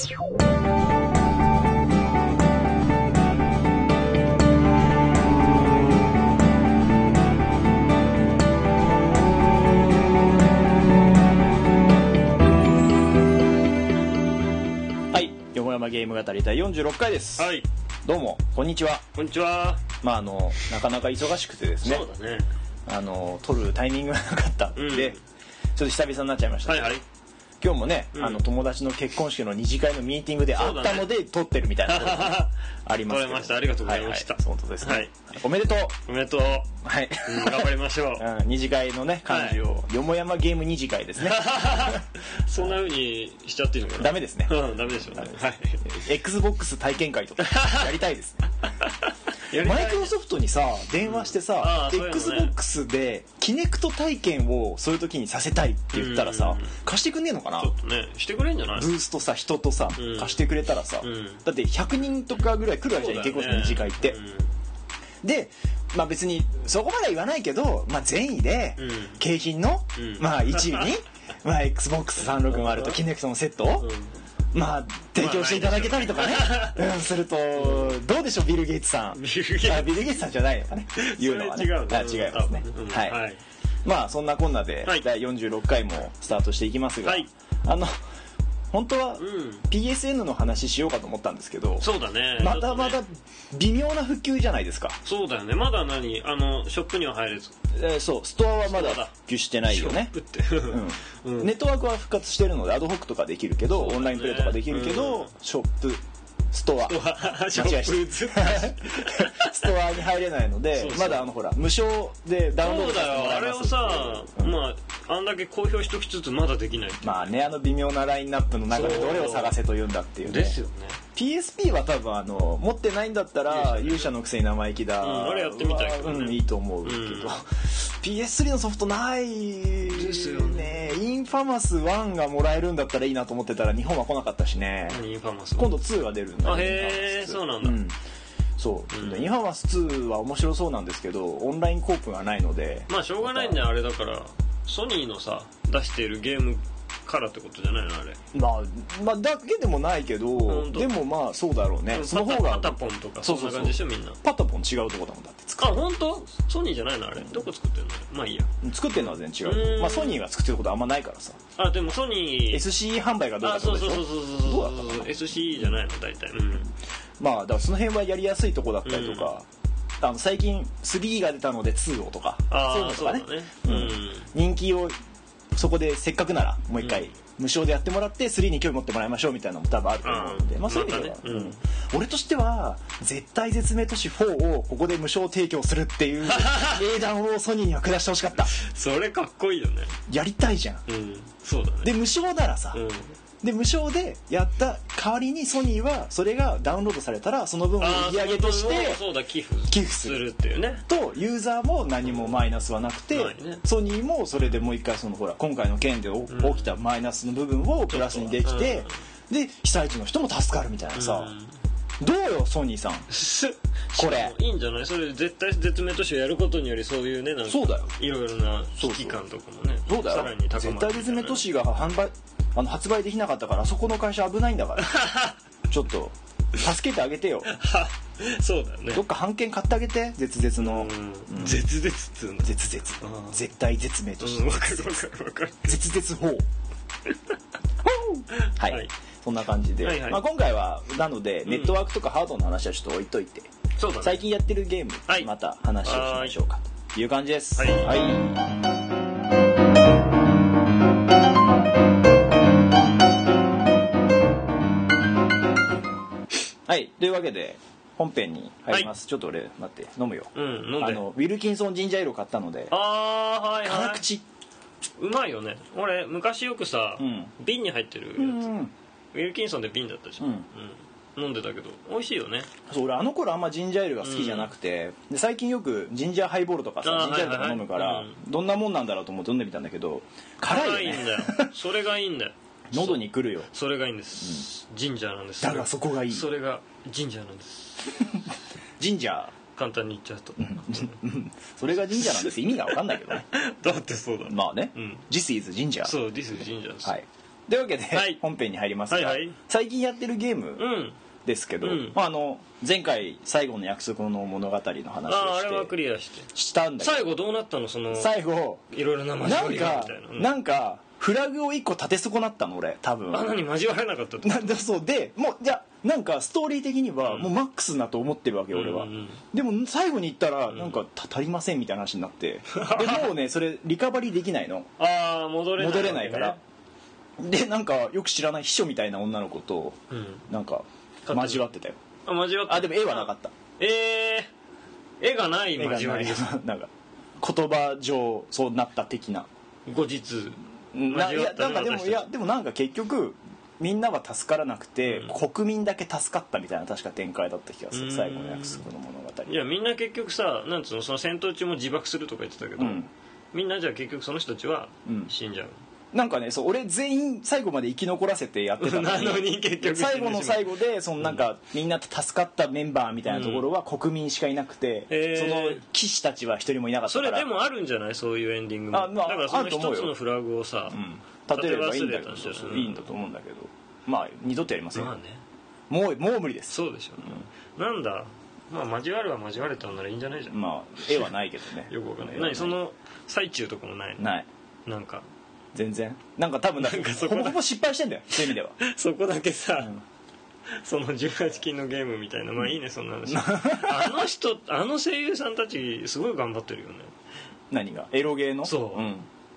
ゲーム語り第46回です。 はい。 どうもこんにちは。 こんにちは。 なかなか忙しくてですね。 そうだね。 撮るタイミングがなかったんで、ちょっと久々になっちゃいましたけど。はいはい。今日もね、友達の結婚式の二次会のミーティングであったので撮ってるみたいなことがありますけど。 撮れました。ありがとうございました。 本当ですね。 はい。 おめでとう。 おめでとう。 はい。 頑張りましょう。 二次会のね漢字をよもやまゲーム二次会ですね。 そんな風にしちゃっていいのかな。 ダメですね。 ダメでしょうね。はい。 Xbox 体験会とかやりたいですね。マイクロソフトにさ電話してさ、Xbox でキネクト体験をそういう時にさせたいって言ったらさ、貸してくんねえのかな。 ちょっとねしてくれんじゃない。 ブースとさ人とさ貸してくれたらさ、だって100人とかぐらい来るわけじゃん、結構二次会って。で別にそこまで言わないけど、善意で景品の一位にXbox360とキネクトのセットを提供していただけたりとかね、するとどうでしょう。ビル・ゲイツさん。ビル・ゲイツさんじゃないのかね、言うのはね。違いますね。はい。そんなこんなで第46回もスタートしていきますが、本当は PSN の話しようかと思ったんですけど、 そうだね。 まだ微妙な復旧じゃないですか。 そうだよね。まだショップには入れず。 そうストアはまだ復旧してないよね。ネットワークは復活してるのでアドホックとかできるけど、オンラインプレイとかできるけど、ショップストア間違えストアに入れないので、まだほら無償でダウンロードさせてもらいます。 あれをさ、あんだけ公表しときつつまだできない。 微妙なラインナップの中でどれを探せというんだっていうね。 ですよね。 PSP は多分持ってないんだったら勇者のくせに生意気だ、 あれやってみたいけどね。 いいと思うけど、PS3 のソフトないですよね。インファマス1がもらえるんだったらいいなと思ってたら日本は来なかったしね。 インファマス今度2が出るんだ。 へえ、そうなんだ。 そう、インファマス2は面白そうなんですけど、オンラインコープがないのでしょうがないんだよ。あれだからソニーのさ出しているゲームからってことじゃないのあれ。 だけでもないけど、でもそうだろうね。その方がパタポンとかそんな感じでしょみんな。 パタポン違うとこだもんだって作る。 本当？ソニーじゃないのあれ。どこ作ってんの？いいや。 作ってんのは全然違う。ソニーが作ってることあんまないからさ。 でもソニー SC 販売がどうかってことでしょ。 そう SC じゃないの大体。 だからその辺はやりやすいとこだったりとか、最近3が出たので2をとか、そういうのとかね。人気をそこでせっかくならもう一回無償でやってもらって3に興味持ってもらいましょうみたいなのも多分あると思うんで、そういう意味では、俺としては絶対絶命都市4をここで無償提供するっていう英断をソニーには下してほしかった。 それかっこいいよね。 やりたいじゃん。 そうだね。 で無償ならさ、で無償でやった代わりにソニーはそれがダウンロードされたらその分を売り上げとして寄付するっていうね。 とユーザーも何もマイナスはなくて、ソニーもそれでもう一回今回の件で起きたマイナスの部分をプラスにできて、で被災地の人も助かるみたいなさ、どうよソニーさんこれいいんじゃない。それ絶対絶命都市をやることによりそういうね、なんかそうだよ、 いろいろな危機感とかもね、 そうだよ、 さらに高まる。 絶対絶命都市が発売できなかったからそこの会社危ないんだからちょっと助けてあげてよそうだよね。 どっか版権買ってあげて。絶絶の絶絶っつうの。 絶絶対絶命としてわかる絶絶4はい、そんな感じで、今回はなのでネットワークとかハードの話はちょっと置いといて、最近やってるゲームまた話をしましょうかという感じです。はい、というわけで本編に入ります。ちょっと俺待って飲むよ。 飲んで。 ウィルキンソンジンジャーエールを買ったので。辛口。 うまいよね。俺昔よくさ、瓶に入ってるやつ、ウィルキンソンで瓶だったじゃん。飲んでたけど美味しいよね。 そう俺あの頃あんまジンジャーエールが好きじゃなくて、で最近よくジンジャーハイボールとかさジンジャーエールとか飲むから、どんなもんなんだろうと思って飲んでみたんだけど辛いよね。 辛いんだよ。それがいいんだよ。 喉にくるよ。 それがいいんです、ジンジャーなんです。 だからそこがいい。 それがジンジャーなんですジンジャー簡単に言っちゃうとそれがジンジャーなんです。意味が分かんないけどねだってそうだ。 まあね、This is ジンジャー。 そう This is ジンジャーです。 はい。 というわけで、 はい本編に入りますが、 はいはい、 最近やってるゲームうんですけど、前回最後の約束の物語の話をしてあれはクリアしたんだけど、 最後どうなったの？ 最後いろいろな交わりがみたいな、 なんかフラグを1個立て損なったの俺多分。 何交われなかったってそうでもうじゃなんかストーリー的にはもうマックスだと思ってるわけ俺は、でも最後に行ったらなんか足りませんみたいな話になって、でもうねそれリカバリーできないの。 戻れないからでなんかよく知らない秘書みたいな女の子となんか交わってたよ。 交わってでも絵はなかった。 絵がない交わりですなんか言葉上そうなった的な後日でもなんか結局みんなは助からなくて、国民だけ助かったみたいな確か展開だった気がする、最後の約束の物語。 いやみんな結局さなんつうの、その戦闘中も自爆するとか言ってたけど、みんなじゃあ結局その人たちは死んじゃう、 なんかねそう俺全員最後まで生き残らせてやってたのに結局最後の最後でそのなんか、みんな助かったメンバーみたいなところは国民しかいなくて、その騎士たちは一人もいなかったから。 それでもあるんじゃない、そういうエンディングも。だからその一つのフラグをさ、 立てればいいんだけど、いいんだと思うんだけど、まあ二度とやりませんよ、もう無理です。 そうでしょ、なんだ交わるは交われたんならいいんじゃないじゃん。 絵はないけどねよくわかんない。何その最中とかもない？ ない。 なんか全然なんか多分ほぼほぼ失敗してんだよ、そういう意味では。 そこだけさ、その18禁のゲームみたいな、いいねそんな話。あの声優さんたちすごい頑張ってるよね。 何がエロゲーの？ そう、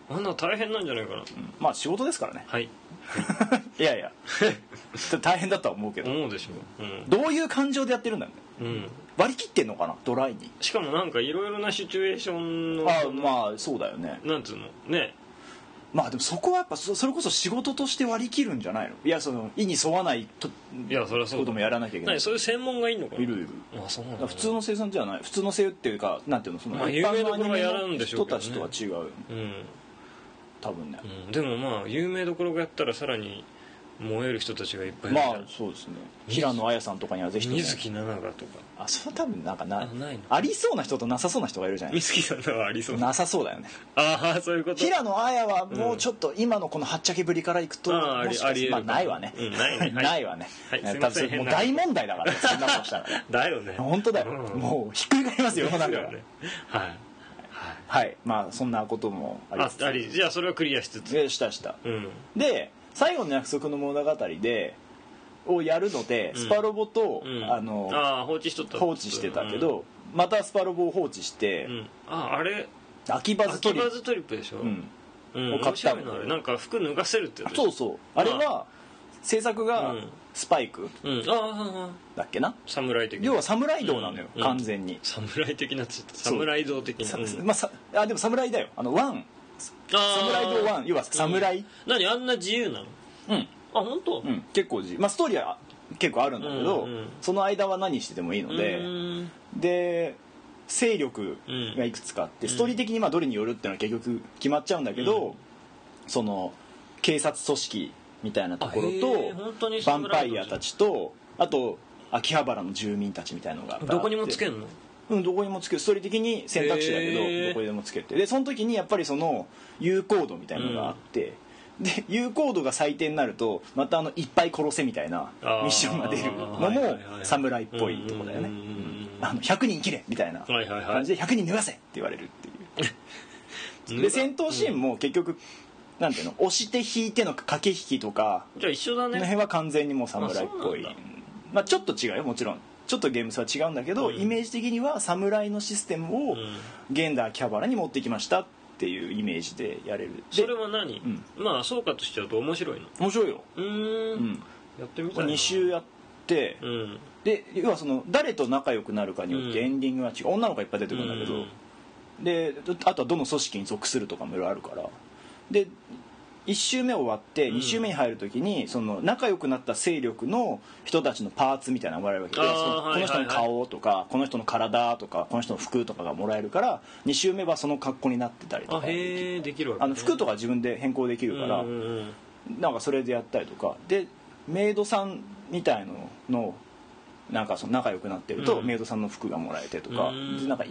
あんな大変なんじゃないかな。 まあ仕事ですからね。 はいいやいや大変だとは思うけど。 思うでしょ、 どういう感情でやってるんだろうね。割り切ってんのかな、ドライに。 しかもなんかいろいろなシチュエーションのまあそうだよね。 なんつうのね。 まあでもそこはやっぱそれこそ仕事として割り切るんじゃないの？いやその意に沿わないとこともやらなきゃいけない。 そういう専門がいるのかな。 いる。 そうなんだ。 普通の声優さんじゃない。普通の声優っていうかなんていうの、その有名どころがやるんでしょうけどね。 人たちとは違う。多分ね。 でも有名どころがやったらさらに燃える人たちがいっぱいいる。 そうですね。平野綾さんとかにはぜひ水木奈々がとか。 それは多分なんかないの。 ありそうな人となさそうな人がいるじゃない。 水木奈々はありそう。 なさそうだよね。 そういうこと。 平野綾はもうちょっと今のこのはっちゃけぶりからいくともしかしてないわね。ないわね。多分もう大問題だからそんなことしたらね。 だよね。 本当だよ。もうひっくり返りますよ世の中が。はい。そんなこともあります。 じゃあそれはクリアしつつ。 した。で最後の約束の物語をやるのでスパロボと放置してたけど、またスパロボを放置して、 あれ秋葉ズトリップでしょ。 を買ったの。 なんか服脱がせるってやつ。 そうあれは制作がスパイクだっけな。 侍的な。 要は侍道なのよ、完全に。 侍的なって言った。侍道的な。でも侍だよ。ワン侍道ワン、要は侍。 何あんな自由なの？本当？ 結構ストーリーは結構あるんだけど、その間は何しててもいいので、勢力がいくつかあって、ストーリー的にどれによるっていうのは結局決まっちゃうんだけど、その警察組織みたいなところとヴァンパイアたちと、あと秋葉原の住民たちみたいなのがあって、 どこにもつけんの？ どこにもつける。ストーリー的に選択肢だけどどこにでもつけて、でその時にやっぱりその有効度みたいなのがあって、で有効度が最低になるとまたいっぱい殺せみたいなミッションが出るのも侍っぽいとこだよね。100人切れみたいな感じで100人脱がせって言われるっていう。で戦闘シーンも結局なんていうの、押して引いての駆け引きとか、 じゃあ一緒だね。 この辺は完全にもう侍っぽい。ちょっと違うよ、もちろんちょっとゲーム差は違うんだけど、イメージ的には侍のシステムを現代秋葉原に持ってきましたっていうイメージでやれる。 それは何？そうかとしちゃうと面白いの？面白いよ。 やってみたいな。 2週やって、で要はその誰と仲良くなるかによってエンディングが違う。女の子がいっぱい出てくるんだけど、であとはどの組織に属するとかもいろいろあるから、で1周目終わって2周目に入る時にその仲良くなった勢力の人たちのパーツみたいなのがもらえるわけで、この人の顔とかこの人の体とかこの人の服とかがもらえるから、2周目はその格好になってたりとかできるわけ、 服とか自分で変更できるから、なんかそれでやったりとかで、メイドさんみたいのなんかその仲良くなってるとメイドさんの服がもらえてとか、でなんか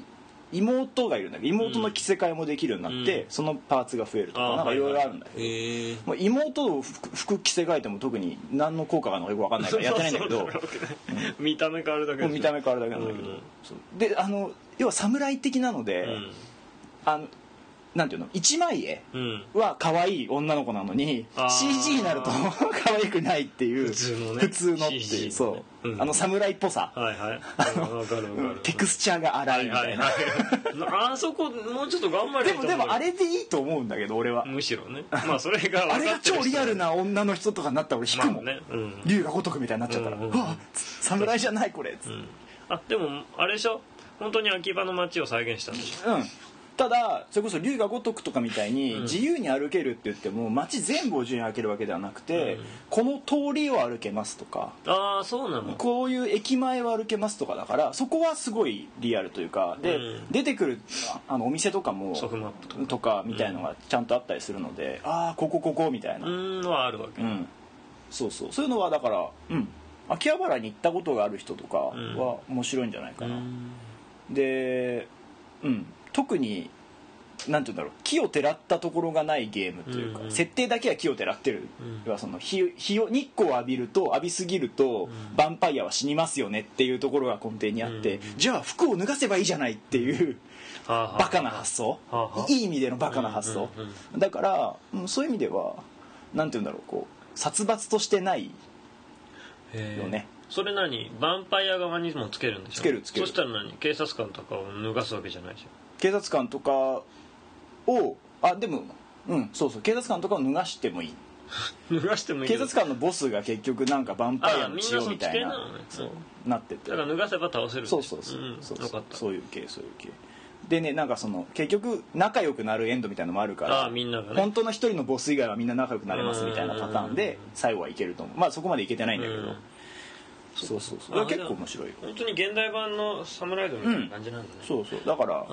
妹がいるんだけど妹の着せ替えもできるようになって、そのパーツが増えるとかなんかいろいろあるんだけど、妹を服着せ替えても特に何の効果があるのかよく分かんないからやってないんだけど見た目変わるだけ見た目変わるだけなんだけど、で要は侍的なので、なんていうの一枚絵は可愛い女の子なのに、CG になると可愛くないっていう普通のっていう、そう侍っぽさ、テクスチャーが荒いみたいな、 あそこもうちょっっと頑張れでもあれでいいと思うんだけど俺はむしろねまあそれがあれが超リアルな女の人とかになったら俺引くもん、龍が如くみたいになっちゃったら、うわ侍じゃないこれっつって、 あでもあれでしょ本当に秋葉の街を再現したんでしょ。 ただそれこそ龍が如くとかみたいに自由に歩けるって言っても街全部を自由に歩けるわけではなくて、この通りを歩けますとか、 ああそうなの、 こういう駅前を歩けますとかだからそこはすごいリアルというかで、出てくるお店とかもソフマップとかみたいのがちゃんとあったりするので、ああここみたいなのはあるわけ、 そういうのはだから秋葉原に行ったことがある人とかは面白いんじゃないかな、で特になんていうんだろう木をてらったところがないゲームというか、設定だけは木をてらってる、要はその日を日光を浴びすぎると、ヴァンパイアは死にますよねっていうところが根底にあって、じゃあ服を脱がせばいいじゃないっていうバカな発想、いい意味でのバカな発想、だから、そういう意味ではなんていうんだろうこう殺伐としてないよね。 それ何ヴァンパイア側にもつけるんでしょ。 つけるそしたら何警察官とかを脱がすわけじゃないでしょ。 警察官とかをでもそう警察官とかを脱がしてもいい脱がしてもいい警察官のボスが結局なんかヴァンパイアの血をみたいななってて、 だから脱がせば倒せる。 そういう系でね、なんかその結局仲良くなるエンドみたいなのもあるから、 みんながね、 本当の一人のボス以外はみんな仲良くなれますみたいなパターンで最後はいけると思う。まあそこまでいけてないんだけど、そう結構面白いよ。 本当に現代版のサムライドみたいな感じなんだね。 そうだから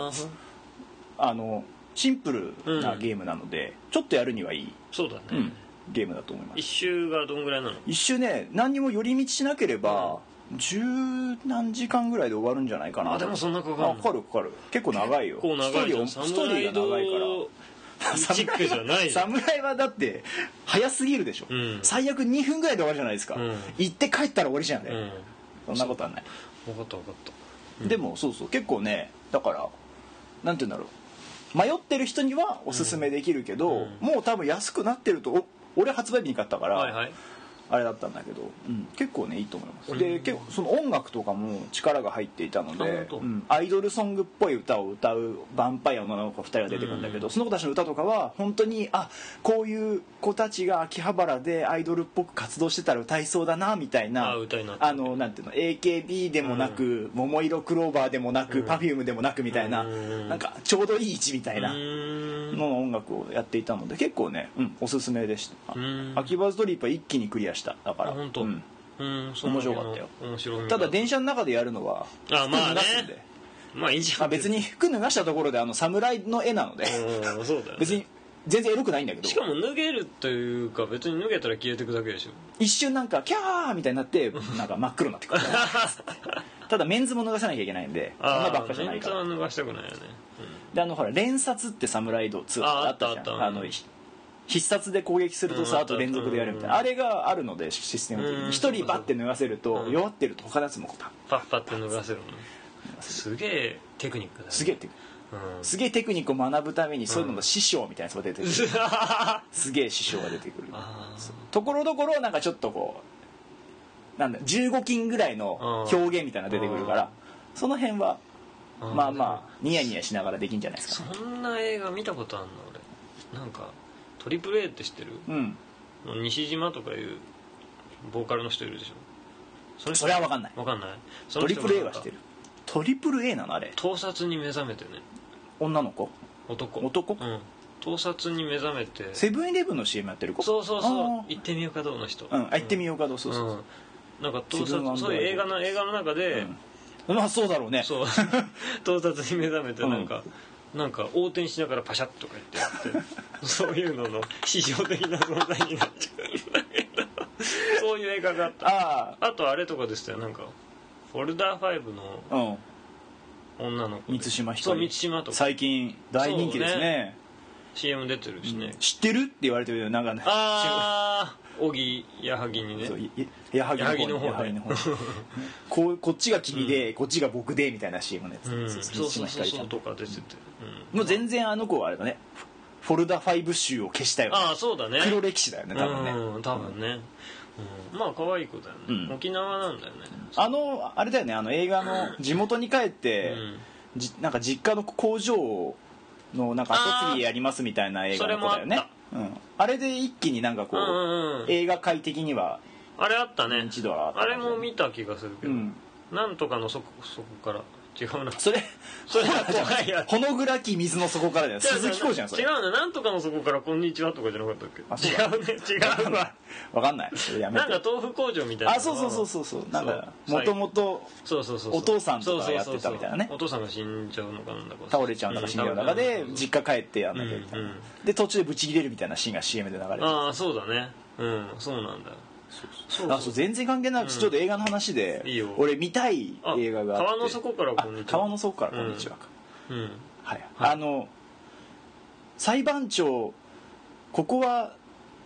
シンプルなゲームなので、ちょっとやるにはいいゲームだと思います。 一周がどんぐらいなの？ 一周ね何にも寄り道しなければ十何時間ぐらいで終わるんじゃないかな。 でもそんなかかる結構長いよ。 結構長いよ。 ストーリーが長いからチックじゃないよ。 侍はだって早すぎるでしょ、最悪2分ぐらいで終わるじゃないですか、行って帰ったら終わりじゃんね、そんなことはない。 分かった、 でもそう結構ねだからなんて言うんだろう迷ってる人にはおすすめできるけど、もう多分安くなってると俺発売日に買ったから、あれだったんだけど、結構ねいいと思います。で結構その音楽とかも力が入っていたので、アイドルソングっぽい歌を歌うヴァンパイアの女の子2人が出てくるんだけど、その子たちの歌とかは本当にこういう子たちが秋葉原でアイドルっぽく活動してたら歌いそうだなみたいな、なんていうの AKB でもなく、桃色クローバーでもなく、Perfume でもなくみたいな、なんかちょうどいい位置みたいなの音楽をやっていたので結構ね、おすすめでした。秋葉ストリープは一気にクリアした。だから面白かったよ。ただ電車の中でやるのは服脱がすんで、 いいじゃん。 別に服脱がしたところで侍の絵なので別に全然エロくないんだけど、 しかも脱げるというか別に脱げたら消えていくだけでしょ。一瞬なんかキャーみたいになってなんか真っ黒になってくるただメンズも脱がさなきゃいけないんでそんなばっかじゃないから。 メンズは脱がしたくないよね。 でほら連殺って侍道2あったじゃん。必殺で攻撃するとさあと連続でやるみたいな、あれがあるのでシステム的に一人バッて脱がせると弱ってると他のやつもパッって脱がせるの。すげえテクニックだね。 すげえテクニックを学ぶためにそういうのの師匠みたいな人が出てくるすげえ師匠が出てくるところどころなんかちょっとこうなんだ15金ぐらいの表現みたいなのが出てくるから、その辺はまあニヤニヤしながらできんじゃないですか。 そんな映画見たことあるの俺。なんかトリプル A って知ってる？西島とかいうボーカルの人いるでしょ。 それは分かんない。トリプル A は知ってる。トリプル A なのあれ。 盗撮に目覚めてね。 女の子？ 男。盗撮に目覚めてセブンイレブンの CM やってる子。 そう行ってみようかどうの人。 行ってみようかどう。そうなんか盗撮そういう映画の中で、 まあそうだろうね。 そう盗撮に目覚めてなんか横転しながらパシャッとか言ってやってそういうのの非常的な存在になっちゃうんだけどそういう映画があった。あとあれとかでしたよ。なんかフォルダー5の女の子満島ひかそうり満島とか最近大人気ですね。 CM 出てるしね、 知ってるって言われてるよなんかね、 ああ荻矢作にね、 そう矢作の方ねこっちが君で、こっちが僕でみたいな CM のやつ、 そうそうそうそうとか出てて、 もう全然あの子はあれだね、フォルダ5集を消したよね。 ああそうだね、 黒歴史だよね多分ね。 多分ね、まあ可愛い子だよね、沖縄なんだよね。 あれだよね、映画の地元に帰って、なんか実家の工場のなんか後継ぎやりますみたいな映画の子だよね。あれで一気になんかこう、映画界的にはあれあったね、 認知度が上がった、 あれも見た気がするけど、なんとかのそこから違うな、 それは怖いやつ、 ほの暗き水の底からだよ、鈴木浩じゃんそれ。 違うね、なんとかのそこからこんにちはとかじゃなかったっけ。 あそうだ違うね、違うわ分かんない、それやめて。 なんか豆腐工場みたいな、 そうなんかもともとお父さんとかやってたみたいなね。 お父さんが死んじゃうのかなんだか倒れちゃうんだか死んじゃうのかで実家帰ってやんなきゃみたいな、で途中でブチ切れるみたいなシーンが CM で流れてる。 ああそうだね、そうなんだ。 そう全然関係なくちょっと映画の話で、俺見たい映画があって、 川の底からこんにちは。 川の底からこんにちはか、はい、裁判長ここは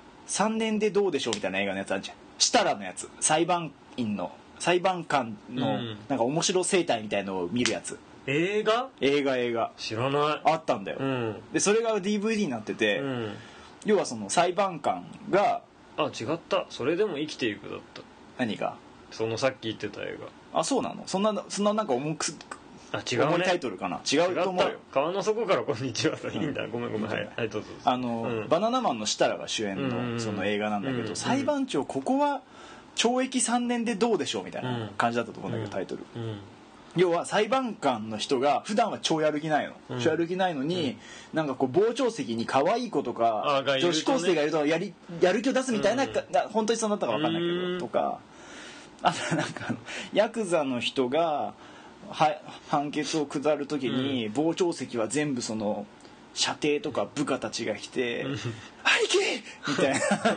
3年でどうでしょうみたいな映画のやつあるじゃん、設楽のやつ、裁判官のなんか面白生態みたいのを見るやつ、 映画知らない、 あったんだよ、でそれが DVD になってて、要はその裁判官が、 あ違った、それでも生きていくだった。 何がそのさっき言ってた映画。 あそうなの、そんななんか重違うね、 重いタイトルかな、違うと思うよ。 川の底からこんにちは、いいんだ、ごめんはいどうぞ。 バナナマンの設楽が主演のその映画なんだけど、裁判長ここは懲役3年でどうでしょうみたいな感じだったと思うんだけど、タイトル、要は裁判官の人が普段は超やる気ないの、超やる気ないのに、なんかこう傍聴席に可愛い子とか女子高生がいるとやる気を出すみたいな、本当にそうなったか分かんないけどとか、あとなんかヤクザの人が判決を下る時に傍聴席は全部その舎弟とか部下たちが来て「兄貴!」みたい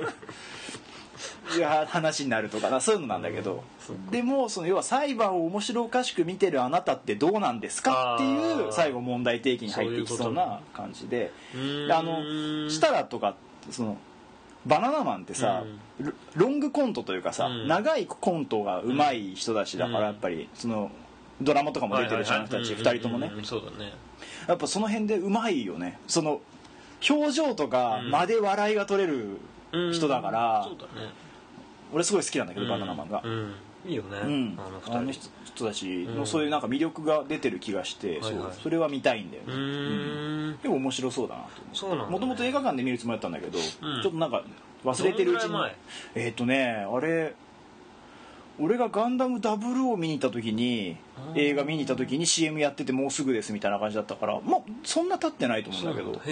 な話になるとかそういうのなんだけど、でもその要は裁判を面白おかしく見てるあなたってどうなんですかっていう最後問題提起に入ってきそうな感じで、設楽とかそのバナナマンってさ、ロングコントというかさ、長いコントが上手い人たちだから、やっぱりそのドラマとかも出てる人たち2人ともね、 そうだね、 やっぱその辺で上手いよね、その表情とか間で笑いが取れる人だから、 そうだね、 俺すごい好きなんだけど、バナナマンが、 いいよね、 あの人たちのそういうなんか魅力が出てる気がして、それは見たいんだよね。でも面白そうだなと思って、もともと映画館で見るつもりだったんだけど、ちょっとなんか忘れてるうちに、あれ俺がガンダム00を見に行った時に、映画見に行った時に CM やっててもうすぐですみたいな感じだったから、まあそんな経ってないと思うんだけど、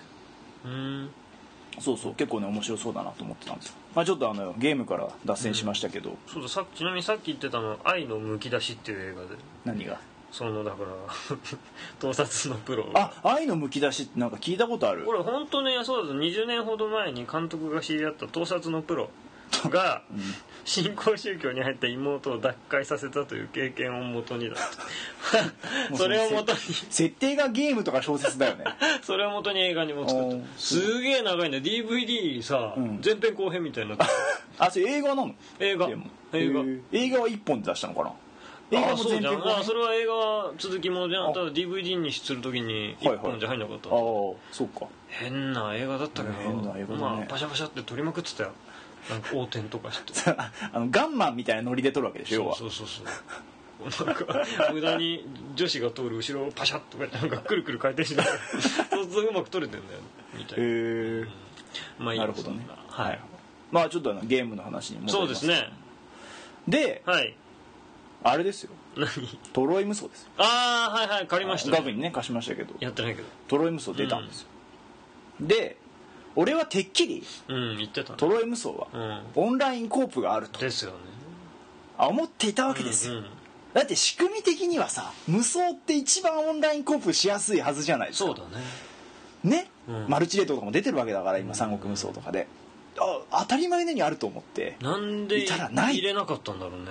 そう結構ね面白そうだなと思ってたんですよ。まあちょっとゲームから脱線しましたけど、 そうだ、ちなみにさっき言ってたの「愛のむき出し」っていう映画で、 何がそのだから盗撮のプロ、 愛のむき出しってなんか聞いたことある。 これ本当ね、そうだ、20年ほど前に監督が知り合った盗撮のプロが新興宗教に入った妹を脱会させたという経験をもとにだったそれをもとに設定がゲームとか小説だよねそれをもとに映画にも作った。すげえ長いね、 DVD さ、前編後編みたいになってあ、それ映画なの。 映画は 1本で出したのかな。映画もそうじゃん、それは映画は続きものじゃん。ただ DVD にするときに1本じゃ入んなかった、 そうか、 変な映画だったけど、 変な映画だね、 まあパシャパシャって撮りまくってたよ、なんか横転とかしてガンマンみたいなノリで撮るわけでしょ、要は。 そうなんか無駄に女子が通る後ろをパシャッとかなんかくるくる回転しながらそうするとうまく撮れてんだよみたいな。まあいい、 なるほどね。 はい、 まあちょっとゲームの話に戻ります。 そうですね。 で、あれですよ、トロイ無双ですよ。 はい借りましたね。 ガクにね貸しましたけど、 やってないけどトロイ無双出たんですよ。で俺はてっきり言ってたトロイ無双はオンラインコープがあるとですよね思っていたわけですよ。だって仕組み的にはさ、無双って一番オンラインコープしやすいはずじゃないですか。 そうだね。 マルチレートとかも出てるわけだから今、三国無双とかで当たり前のようにあると思ってなんでいたらない。 入れなかったんだろうね。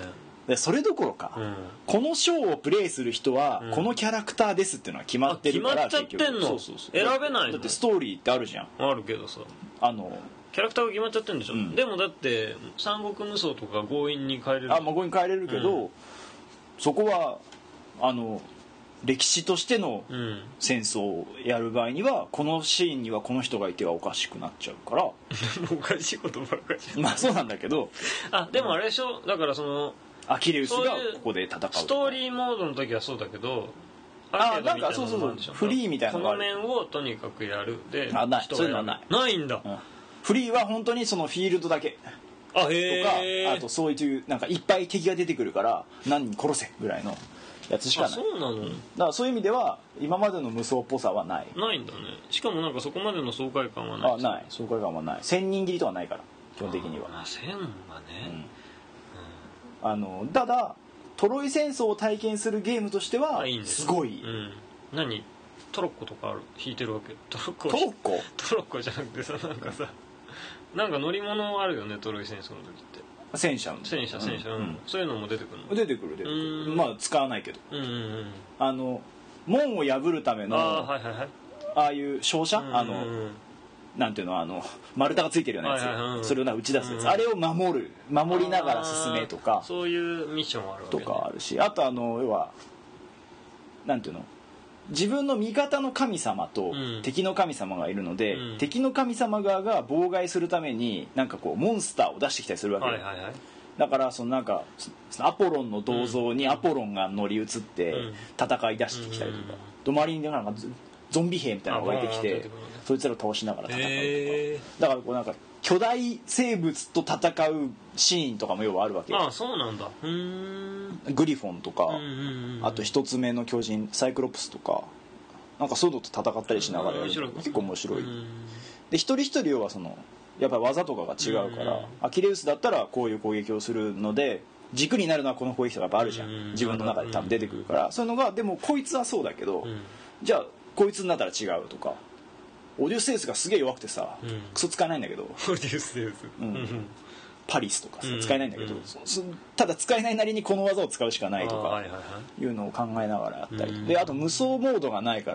でそれどころか、このショーをプレイする人はこのキャラクターですっていうのは決まってるから、 決まっちゃってんの。 そう選べないの。 だってストーリーってあるじゃん。 あるけどさ、キャラクターが決まっちゃってるんでしょ、でもだって三国無双とか強引に変えれる。 まあ強引に変えれるけど、そこは歴史としての戦争をやる場合にはこのシーンにはこの人がいてはおかしくなっちゃうからおかしいことばっかり。 まあそうなんだけど、 でもあれでしょ、だからそのアキレウスがここで戦うストーリーモードの時はそうだけど、 なんかそうフリーみたいなのがある。この面をとにかくやるで、 ないそういうのはないんだ、 フリーは本当にそのフィールドだけとか、あとそういうなんかいっぱい敵が出てくるから何人殺せぐらいのやつしかない。 そうなの、 だからそういう意味では今までの無双っぽさはないんだね。しかもなんかそこまでの爽快感はない。 ない爽快感はない。1000人切りとかないから基本的には。 1000はね、 ただトロイ戦争を体験するゲームとしてはすごい。 何トロッコとか引いてるわけ？トロッコじゃなくてさ、なんかさ、なんか乗り物あるよね、トロイ戦争の時って。戦車、そういうのも出てくるの？出てくる。 まあ使わないけど、門を破るためのああいう照射、なんていうの、丸太がついてるようなやつ、それを打ち出すやつ、あれを守りながら進めとか、 そういうミッションあるわけね。 とかあるし、あと要はなんていうの、自分の味方の神様と敵の神様がいるので、敵の神様側が妨害するためになんかこうモンスターを出してきたりするわけよ。だからそのなんかアポロンの銅像にアポロンが乗り移って戦い出してきたりとか、周りになんかゾンビ兵みたいなのが湧いてきて、そいつらを倒しながら戦うとか、だからこうなんか巨大生物と戦うシーンとかも要はあるわけ。 そうなんだ。 グリフォンとか、あと一つ目の巨人サイクロプスとか、なんかそういうのと戦ったりしながらやると結構面白い。で一人一人はそのやっぱり技とかが違うから、アキレウスだったらこういう攻撃をするので軸になるのはこの攻撃とかやっぱあるじゃん、自分の中で多分出てくるから、そういうのがでもこいつはそうだけど、じゃあこいつになったら違うとか、オデュッセウスがすげえ弱くてさ、クソ使えないんだけど、オデュッセウス、パリスとかさ使えないんだけど、ただ使えないなりにこの技を使うしかないとかいうのを考えながらやったり、であと無双モードがないから、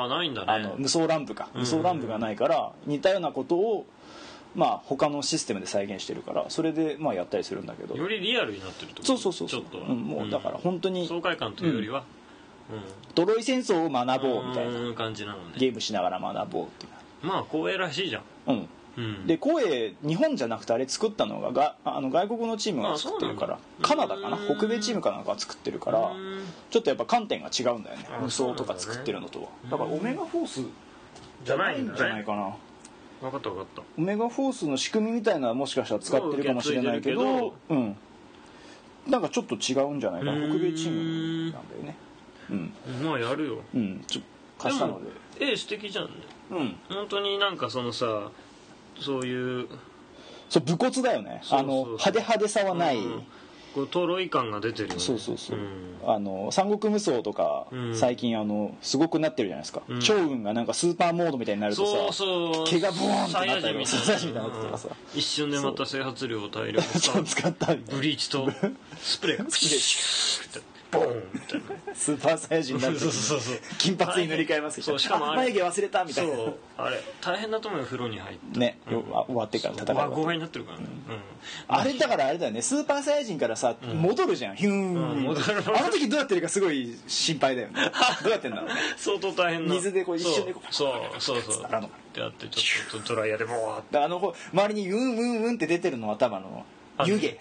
ないんだね、 無双ランプがないから似たようなことを他のシステムで再現してるから、それでやったりするんだけど、 よりリアルになってるってこと？ そうちょっともうだから本当に爽快感というよりはトロイ戦争を学ぼうみたいな感じなのね。 ゲームしながら学ぼうっていう。 光栄らしいじゃん。 で光栄日本じゃなくてあれ作ったのが外国のチームが作ってるから、カナダかな、北米チームかなんかが作ってるから、ちょっとやっぱ観点が違うんだよね、無双とか作ってるのとは。だからオメガフォースじゃないんじゃないかな。 分かったオメガフォースの仕組みみたいなのはもしかしたら使ってるかもしれないけど、なんかちょっと違うんじゃないかな。北米チームなんだよね。 やるよ。 ちょっと貸したので。 素敵じゃんね。本当になんかそのさ、そういう武骨だよね。派手さはない。 トロイ感が出てるよね。 三国無双とか最近すごくなってるじゃないですか。趙雲がなんかスーパーモードみたいになるとさ、毛がブワーンってなったりとかさ、 一瞬でまた整髪料を大量に使ったり、 ブリーチとスプレーがプシュッボーンみたいな、 スーパーサイヤ人になって金髪に塗り替えますけど、 しかも眉毛忘れたみたいな。 あれ大変だと思うよ、風呂に入ってね、終わってから戦う。 豪華になってるからね。 あれだからあれだよね、スーパーサイヤ人からさ戻るじゃん、ヒューン。あの時どうやってるかすごい心配だよね。どうやってんだろうね。 相当大変な。 水でこう一瞬でそうってやって、ちょっとドライヤーでボーって、 周りにうんって出てるのは多分湯気。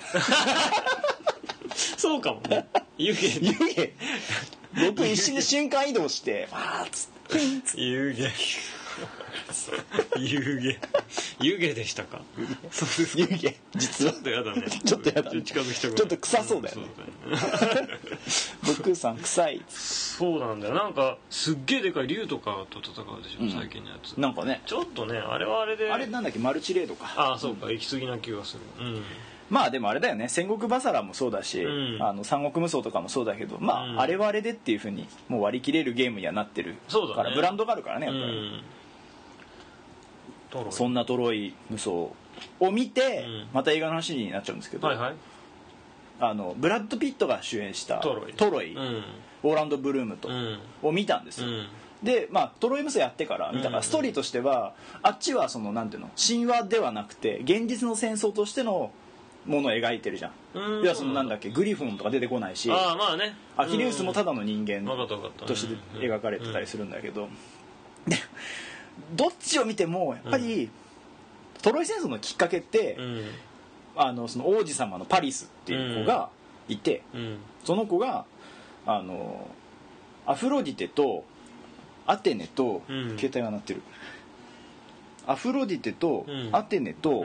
そうかもね。湯気。 僕一瞬間移動して湯気でしたか。 湯気、実はちょっとやだね。 ちょっとやだね。 近づきたくない。 ちょっと臭そうだよね。僕さん臭い。 そうなんだよ。なんかすっげえでかい竜とかと戦うでしょ、最近のやつ。 なんかね、 ちょっとね、あれはあれで、 あれなんだっけ、マルチレードか。 そうか、行き過ぎな気がする。 でもあれだよね、戦国バサラもそうだし、三国無双とかもそうだけど、あれはあれでっていうふうにもう割り切れるゲームにはなってるから、ブランドがあるからね、やっぱり。そんなトロイ無双を見て、また映画の話になっちゃうんですけど、 ブラッド・ピットが主演したトロイ、 オーランド・ブルームと、を見たんですよ、でトロイ無双やってから見たから、ストーリーとしてはあっちはそのなんていうの、神話ではなくて現実の戦争としてのものを描いてるじゃん。要はそのなんだっけ、グリフォンとか出てこないし、アキレウスもただの人間として描かれてたりするんだけど、でどっちを見てもやっぱり、トロイ戦争のきっかけって、その王子様のパリスっていう子がいて、その子がアフロディテとアテネと、携帯が鳴ってる、アフロディテとアテネと、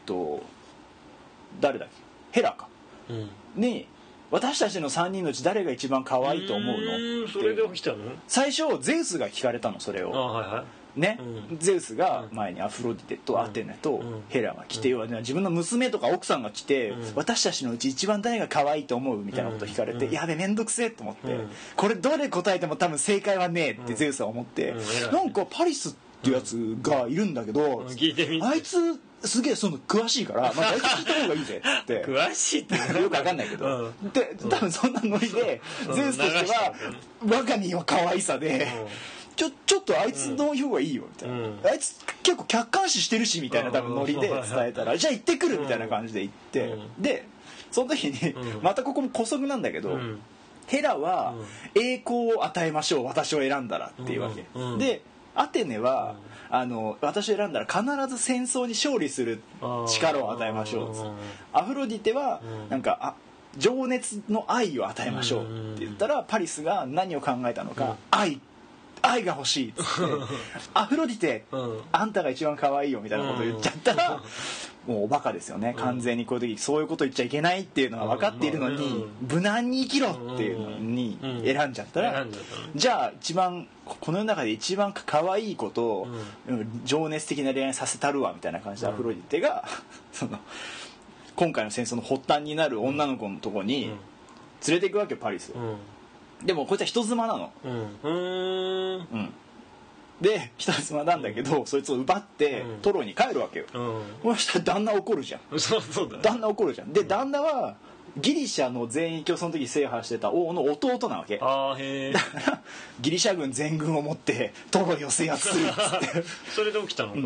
誰だっけ、ヘラか、ね、私たちの3人のうち誰が一番可愛いと思うの？ それで起きたの？ 最初ゼウスが聞かれたの、それを。ね、ゼウスが前にアフロディテとアテネとヘラが来て、要はね、自分の娘とか奥さんが来て、私たちのうち一番誰が可愛いと思うみたいなことを聞かれて、やべめんどくせえと思って、これどれ答えても多分正解はねえってゼウスは思って、なんかパリスっていうやつがいるんだけど、あいつすげえその詳しいから、あいつ聞いた方がいいぜっつって詳しいってよくわかんないけど、で多分そんなノリでゼウスとしては我が身は可愛さで、ちょっとあいつの方がいいよみたいな、あいつ結構客観視してるしみたいな多分ノリで伝えたら、じゃあ行ってくるみたいな感じで行って、でその時にまたここも姑息なんだけど、ヘラは栄光を与えましょう私を選んだらっていうわけで、アテネは私を選んだら必ず戦争に勝利する力を与えましょうっつって、アフロディテはなんか情熱の愛を与えましょうって言ったら、パリスが何を考えたのか、愛が欲しいっつってアフロディテ、あんたが一番可愛いよみたいなことを言っちゃったら、もうおバカですよね、完全にこういう時そういうこと言っちゃいけないっていうのが分かっているのに、無難に生きろっていうのに選んじゃったら、じゃあ一番この世の中で一番可愛いことを情熱的な恋愛させたるわみたいな感じで、アフロディテがその今回の戦争の発端になる女の子のとこに連れていくわけよ、パリスを。でもこいつは人妻なの、で人妻なんだけど、そいつを奪ってトロイに帰るわけよ。そしたら旦那怒るじゃん。旦那怒るじゃん。で旦那はギリシャの全域をその時制覇してた王の弟なわけ。だからギリシャ軍全軍を持ってトロイを制圧するっつってそれで起きたの、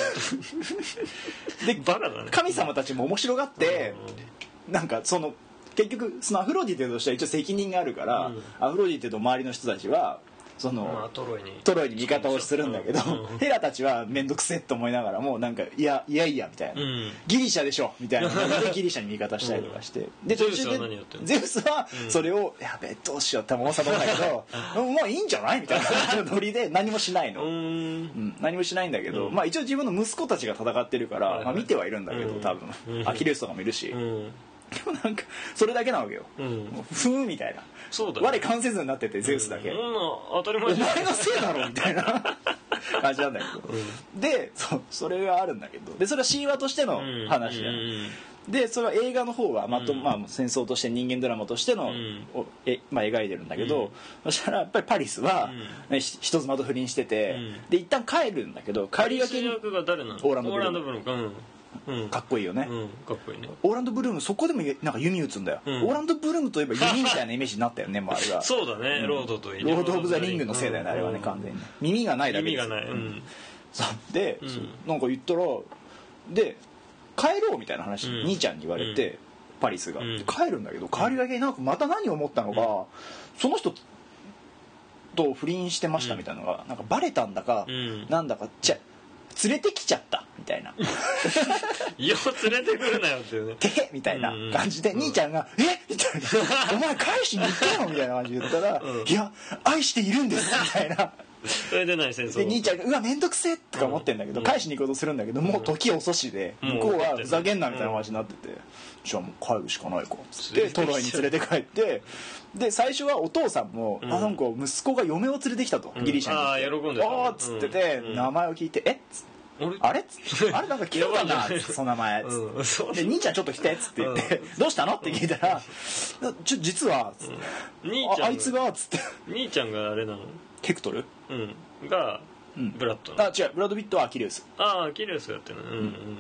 でバカだね。神様たちも面白がって、なんかその結局そのアフロディテとしては一応責任があるから、アフロディテと周りの人たちはその、トロイに味方をするんだけど、ヘラたちは面倒くせえと思いながらも、なんかいやみたいな、ギリシャでしょみたいな感じでギリシャに味方したりとかして、で途中でゼウスはそれをやべえどうしようって思ったんだけど、もういいんじゃないみたいなノリで何もしないの、何もしないんだけど、一応自分の息子たちが戦ってるから、見てはいるんだけど、多分アキレウスとかもいるし、でもなんかそれだけなわけよ、ふーみたいな、我関せずになってて、ゼウスだけ当たり前お前のせいだろみたいな感じなんだけど、でそれがあるんだけど、でそれは神話としての話じゃん、でそれは映画の方は戦争として人間ドラマとしての描いてるんだけど、そしたらやっぱりパリスは人妻と不倫してて、で一旦帰るんだけど、帰りがけにオーランド・ブルームかっこいいよね、 かっこいいね。 オーランド・ブルームそこでもなんか弓打つんだよ、オーランド・ブルームといえば弓みたいなイメージになったよね、もうあれがそうだね、ロード・オブ・ザ・リングのせいだよね、あれはね、完全に耳がないだけです。でなんか言ったら、で帰ろうみたいな話兄ちゃんに言われて、パリスが帰るんだけど、帰りがけになんかまた何を思ったのか、その人と不倫してましたみたいなのがなんかバレたんだかなんだか、連れてきちゃったみたいなよ連れてくるなよっていうね、 てへみたいな感じで、兄ちゃんが「えみたいな「お前返しに行ったの?」みたいな感じで言ったら「いや愛しているんです」みたいな。 それで何戦争で兄ちゃんが「うわめんどくせえ」とか思ってんだけど、返しに行こうとするんだけど、もう時遅しで向こうはふざけんなみたいな感じになってて、じゃあもう帰るしかないかっつってトロイに連れて帰って、で最初はお父さんもなんか息子が嫁を連れてきたと、ギリシャに喜んでたおーっつってて、名前を聞いて「えっ?」つってあれっつってあれなんか聞いたなっつってその名前っつってで兄ちゃんちょっと来てっつって言ってどうしたのって聞いたら実はつってあいつがっつって兄ちゃんがあれなのヘクトルがブラッド違うブラッド・ピットはアキレウスアキレウスがやってるの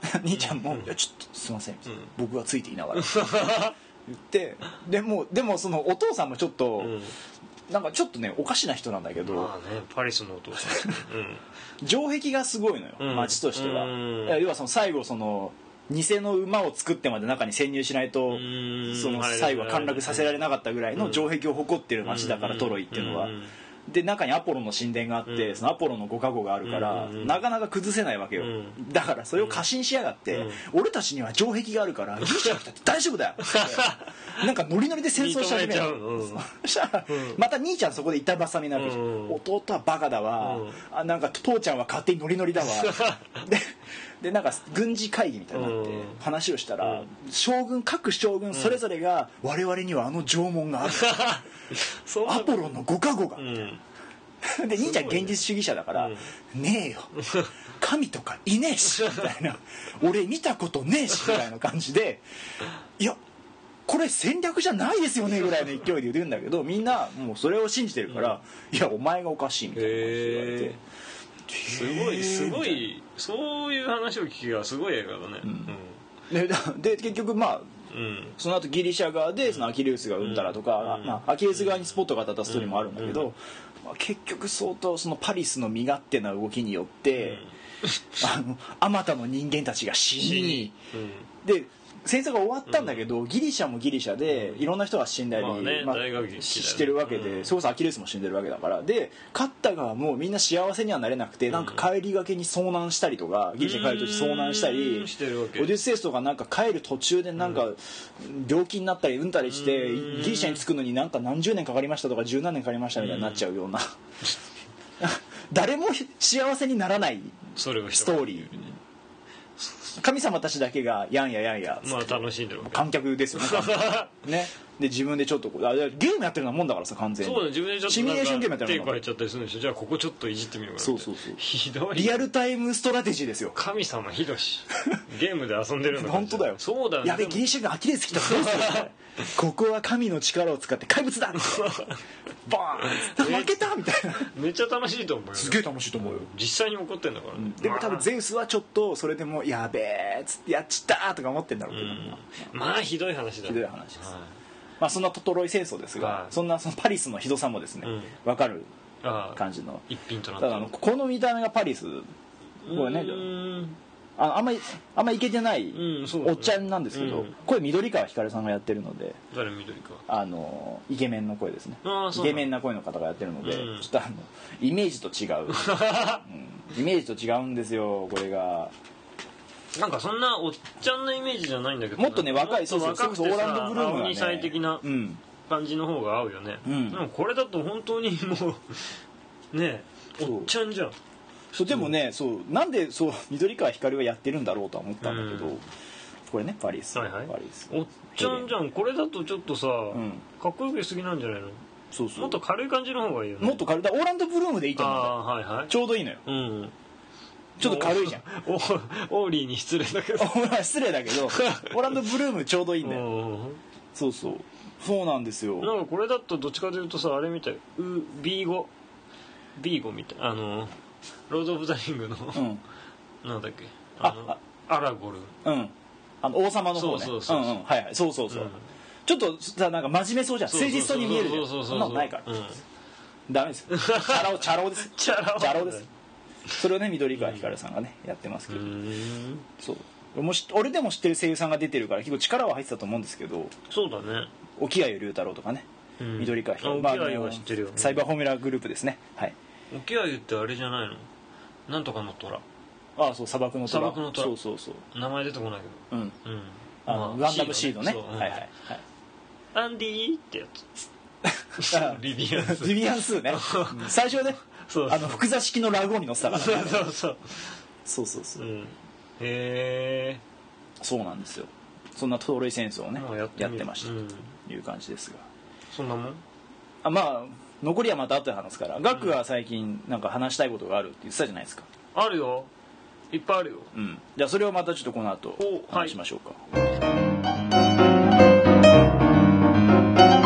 兄ちゃんも「いやちょっとすいません、僕はついていながら」言ってでもそのお父さんもちょっと、なんかちょっとねおかしな人なんだけど、 まあねパリスのお父さん、 城壁がすごいのよ、町としては。要はその最後その偽の馬を作ってまで中に潜入しないとその最後は陥落させられなかったぐらいの城壁を誇ってる町だから、トロイっていうのは。で中にアポロの神殿があって、そのアポロのご加護があるから、なかなか崩せないわけよ、だからそれを過信しやがって、俺たちには城壁があるからギリシャが来たって大丈夫だよってなんかノリノリで戦争し始める、そしたらまた兄ちゃんそこで板挟みになるし、弟はバカだわ、なんか父ちゃんは勝手にノリノリだわでなんか軍事会議みたいになって話をしたら、各将軍それぞれが我々にはあの城門があるアポロのご加護が、で兄ちゃん現実主義者だから「ねえよ神とかいねえし」みたいな「俺見たことねえし」みたいな感じで「いやこれ戦略じゃないですよね」ぐらいの勢いで言ってるんだけど、みんなもうそれを信じてるから「いやお前がおかしい」みたいな感じで言われて。 すごいそういう話を聞きがすごい映画だね、 で結局まあ、その後ギリシャ側でそのアキレウスが産んだらとか、アキレウス側にスポットが当たったストーリーもあるんだけど、結局相当そのパリスの身勝手な動きによって、あまたの人間たちが死に、で戦争が終わったんだけど、ギリシャもギリシャでいろんな人が死んだり、してるわけで、それこそアキレウスも死んでるわけだから、で勝った側もみんな幸せにはなれなくて、なんか帰りがけに遭難したりとか、ギリシャ帰る時遭難したり、オデュッセウスとかなんか帰る途中でなんか病気になったりうんたりして、ギリシャに着くのになんか何十年かかりましたとか十何年かかりましたみたいになっちゃうような誰も幸せにならないストーリー、神様たちだけがやんややんや、 まあ楽しんでるわけ、 観客ですよねで自分でちょっとゲームやってるようなもんだからさ、完全にそうだ、自分でちょっとシミュレーションゲームやってる手変えちゃったりするんでしょ、じゃあここちょっといじってみようかな、 そうひどい、 リアルタイムストラテジーですよ、 神様ひどしゲームで遊んでるの本当だよ、 そうだね、 やべギリシャがアキレス来たここは神の力を使って怪物だバーン負けたみたいな、 めっちゃ楽しいと思うよ、 すげえ楽しいと思うよ、 実際に起こってんだからね、 でも多分ゼウスはちょっとそれでもやべえっつってやっちったとか思ってんだろうけど、 まあひどい話だ、 ひどい話です、まあそんなトロイ戦争ですが、そんなそのパリスのひどさもですね、分かる感じの一品となって、 ただこの見た目がパリス、これねあんまいけてないおっちゃんなんですけど、これ緑川光さんがやってるので、 誰緑川、 イケメンの声ですね、イケメンな声の方がやってるので、ちょっとイメージと違う、イメージと違うんですよ、これがなんかそんなおっちゃんのイメージじゃないんだけど、 もっとね若い、そうそうそう、オーランド・ブルームがね、 2歳的な感じの方が合うよね、でもこれだと本当にもうねおっちゃんじゃん。 そうでもね、そうなんでそう緑川光がやってるんだろうとは思ったんだけど、これねパリス、 はいはい、 パリスおっちゃんじゃん。これだとちょっとさ、かっこよくしすぎなんじゃないの。 そうそう、 もっと軽い感じの方がいいよね。 もっと軽い、オーランド・ブルームでいいと思うんだよ、 はいはい、 ちょうどいいのよ、ちょっと軽いじゃん。 オーリーに失礼だけど失礼だけどオーランド・ブルームちょうどいいんだよ、そうそう、そうなんですよ。 なんかこれだとどっちかというとさ、あれみたい、ビーゴみたい、ロード・オブ・ザ・リングの、なんだっけ、アラゴル、 王様の方ね、はいはい、そうそうそう、ちょっとさなんか真面目そうじゃん、誠実そうに見えるじゃん、そんなのないから、ダメですよ、チャラ男ですチャラ男です。それをね緑川光さんがねやってますけど、そう俺でも知ってる声優さんが出てるから結構力は入ってたと思うんですけど、 そうだね、 沖合龍太郎とかね、緑川光、 沖合は知ってるよね、 サイバーフォーミュラグループですね、はい。 沖合ってあれじゃないの、なんとかの虎、 そう、砂漠の虎、そうそうそう、 名前出てこないけど、 ガンダムシードね、はいはいはい、 アンディーってやつビビアンスーね最初ね複座式のラグオに乗せたから、そうへえ、 そうなんですよ。そんなトロイ戦争をねやってましたという感じですが、 そんなもん、 まあ残りはまた後で話すから、ガクは最近なんか話したいことがあるって言ってたじゃないですか。 あるよ、いっぱいあるよ。 じゃあそれをまたちょっとこの後話しましょうか。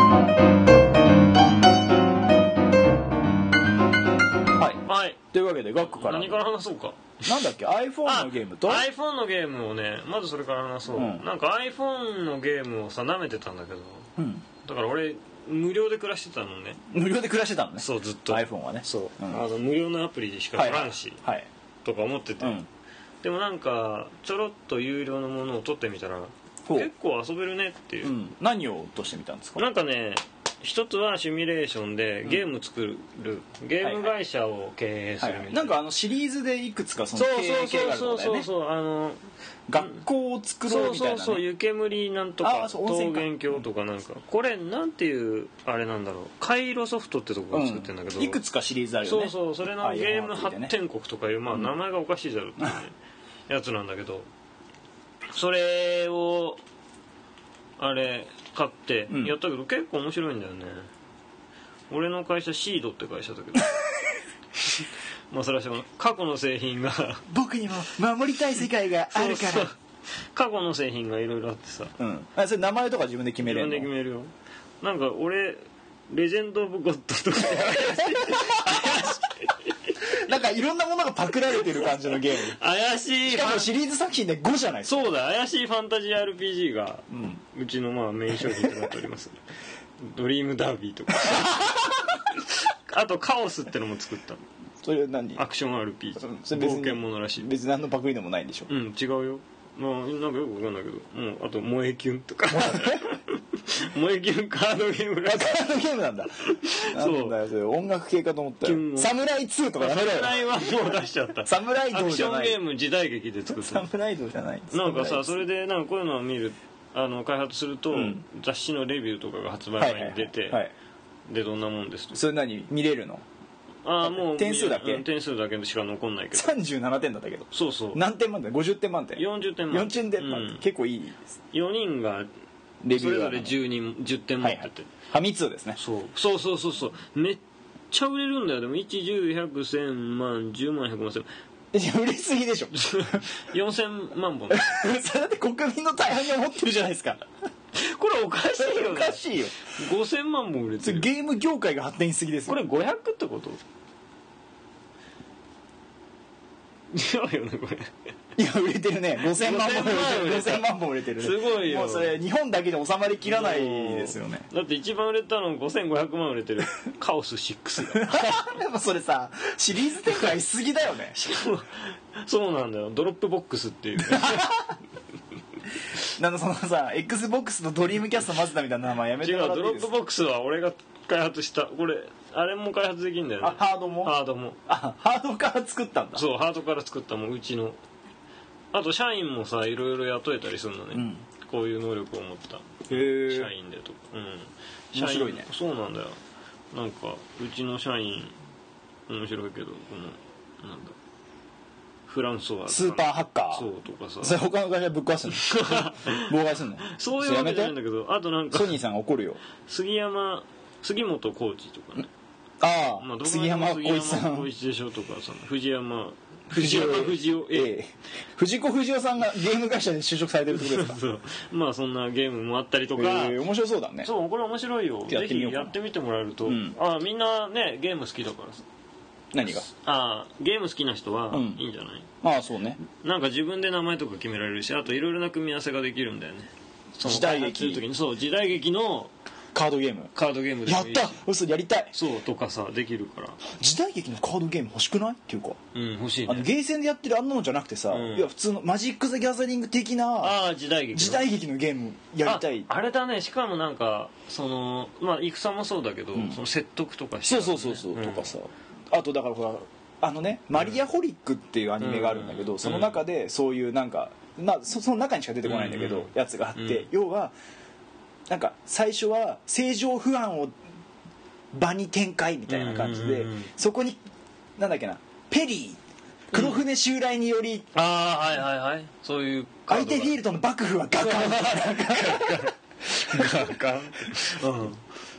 はい、というわけでガクから何から話そうか。 なんだっけ iPhone のゲームと iPhone のゲームをね、まずそれから話そう、なんか iPhone のゲームをさ舐めてたんだけど、だから俺無料で暮らしてたのね。 無料で暮らしてたのね。 そうずっと iPhone はね。 そう、無料のアプリでしか取らんし、とか思ってて、でもなんかちょろっと有料のものを取ってみたら結構遊べるねっていう、 何を落としてみたんですか。 なんかね、一つはシミュレーションでゲーム作る、ゲーム会社を経営するみたいな、 なんかシリーズでいくつかその経営系があるんだよね。学校を作ろうみたいな、ね、 そう湯煙なんとか桃源郷とかなんか、これなんていうあれなんだろう、カイロソフトってとこが作ってるんだけど、 いくつかシリーズあるよね。 それのゲーム発展国とかいう、名前がおかしいだろうっていう、ねやつなんだけど、それをあれ買ってやったけど、結構面白いんだよね。俺の会社シードって会社だけどまあそれはしょうがない。過去の製品が僕にも守りたい世界があるからそう過去の製品がいろいろあってさ、 それ名前とか自分で決めれるの。 自分で決めるよ。なんか俺レジェンド・オブ・ゴッドとかなんかいろんなものがパクられてる感じのゲーム。 怪しい。 しかもシリーズ作品で5じゃないですか。 そうだ、怪しいファンタジー RPG がうちのメイン商品となっておりますドリームダービーとかあとカオスってのも作ったの。 それ何？ アクション RPG、冒険者らしい。 別に何のパクリでもないんでしょ。 違うよ。なんかよくわかんないけど、あと萌えキュンとか萌えキュンカードゲームらしい。 カードゲームなんだ。なんだよそれ、音楽系かと思ったよ。サムライ2とかやめろよ。 サムライはもう出しちゃった。 サムライ道じゃない。 アクションゲーム時代劇で作った。 サムライ道じゃない。 なんかさ、それでなんかこういうのを見る、開発すると、雑誌のレビューとかが発売前に出て、でどんなもんですと。 それ何見れるの？ もう点数だけ？ 点数だけしか残んないけど。 37点だったけど。 そうそう。 何点満点？50点満点。 40点満点。40点満点。結構いいです。 4人がレビューそれぞれ10点持ってて。 ファミ通ですね。 そうめっちゃ売れるんだよ。でも1、10、100、1000万、10万、100万、1000万。 売れすぎでしょ。 4000万本それだって国民の大半が持ってるじゃないですか。 これおかしいよね。 おかしいよ。 5000万本売れてる。 ゲーム業界が発展しすぎですよ。 これ500ってこと？違うよねこれ。 いや売れてるね。5000万本売れてる。5000万本売れてるね。 すごいよ。 もうそれ日本だけで収まりきらないですよね。 だって一番売れたの5500万売れてるカオス6だ。 やっぱそれさシリーズ展開しすぎだよね。 しかもそうなんだよ。ドロップボックスっていう、ね。 なんだそのさ XBOX とドリームキャスト混ぜたみたいな名前やめてもらっていいですか？ 違う、ドロップボックスは俺が開発した。これあれも開発できるんだよね。 ハードもハードから作ったんだ。 そうハードから作ったもんうちの。あと社員もさいろいろ雇えたりするのね、こういう能力を持った社員でとか。 面白いね。 そうなんだよ。なんかうちの社員面白いけど、このなんだフランソワスーパーハッカーそうとかさ、 それ他の会社ぶっ壊すの妨害すんの？ そういうわけじゃないんだけど、あとなんかソニーさんが怒るよ。 杉本コーチとかね。 杉山浩一さん。 浩一でしょとかさ、藤子不二雄さんがゲーム会社に就職されてるってことですか？ そうそんなゲームもあったりとか。 面白そうだね。 そうこれ面白いよ。ぜひやってみてもらえると、みんなねゲーム好きだからさ。 何が？ ゲーム好きな人はいいんじゃない？ そうね。 なんか自分で名前とか決められるし、あといろいろな組み合わせができるんだよね。 時代劇時代劇のカードゲームでやった嘘やりたい。 そうとかさできるから。 時代劇のカードゲーム欲しくないっていうか、 欲しいね。 ゲーセンでやってるあんなのじゃなくてさ、いや普通のマジック・ザ・ギャザリング的な時代劇のゲームやりたい。 あれだね。しかもなんかその戦もそうだけど、その説得とかして、 そうとかさ、あとだからほらマリアホリックっていうアニメがあるんだけど、その中でそういうなんかその中にしか出てこないんだけど、やつがあって、要はなんか最初は正常不安を場に展開みたいな感じで、そこになんだっけなペリー黒船襲来により、 そういう相手フィールドの幕府はガカンガカン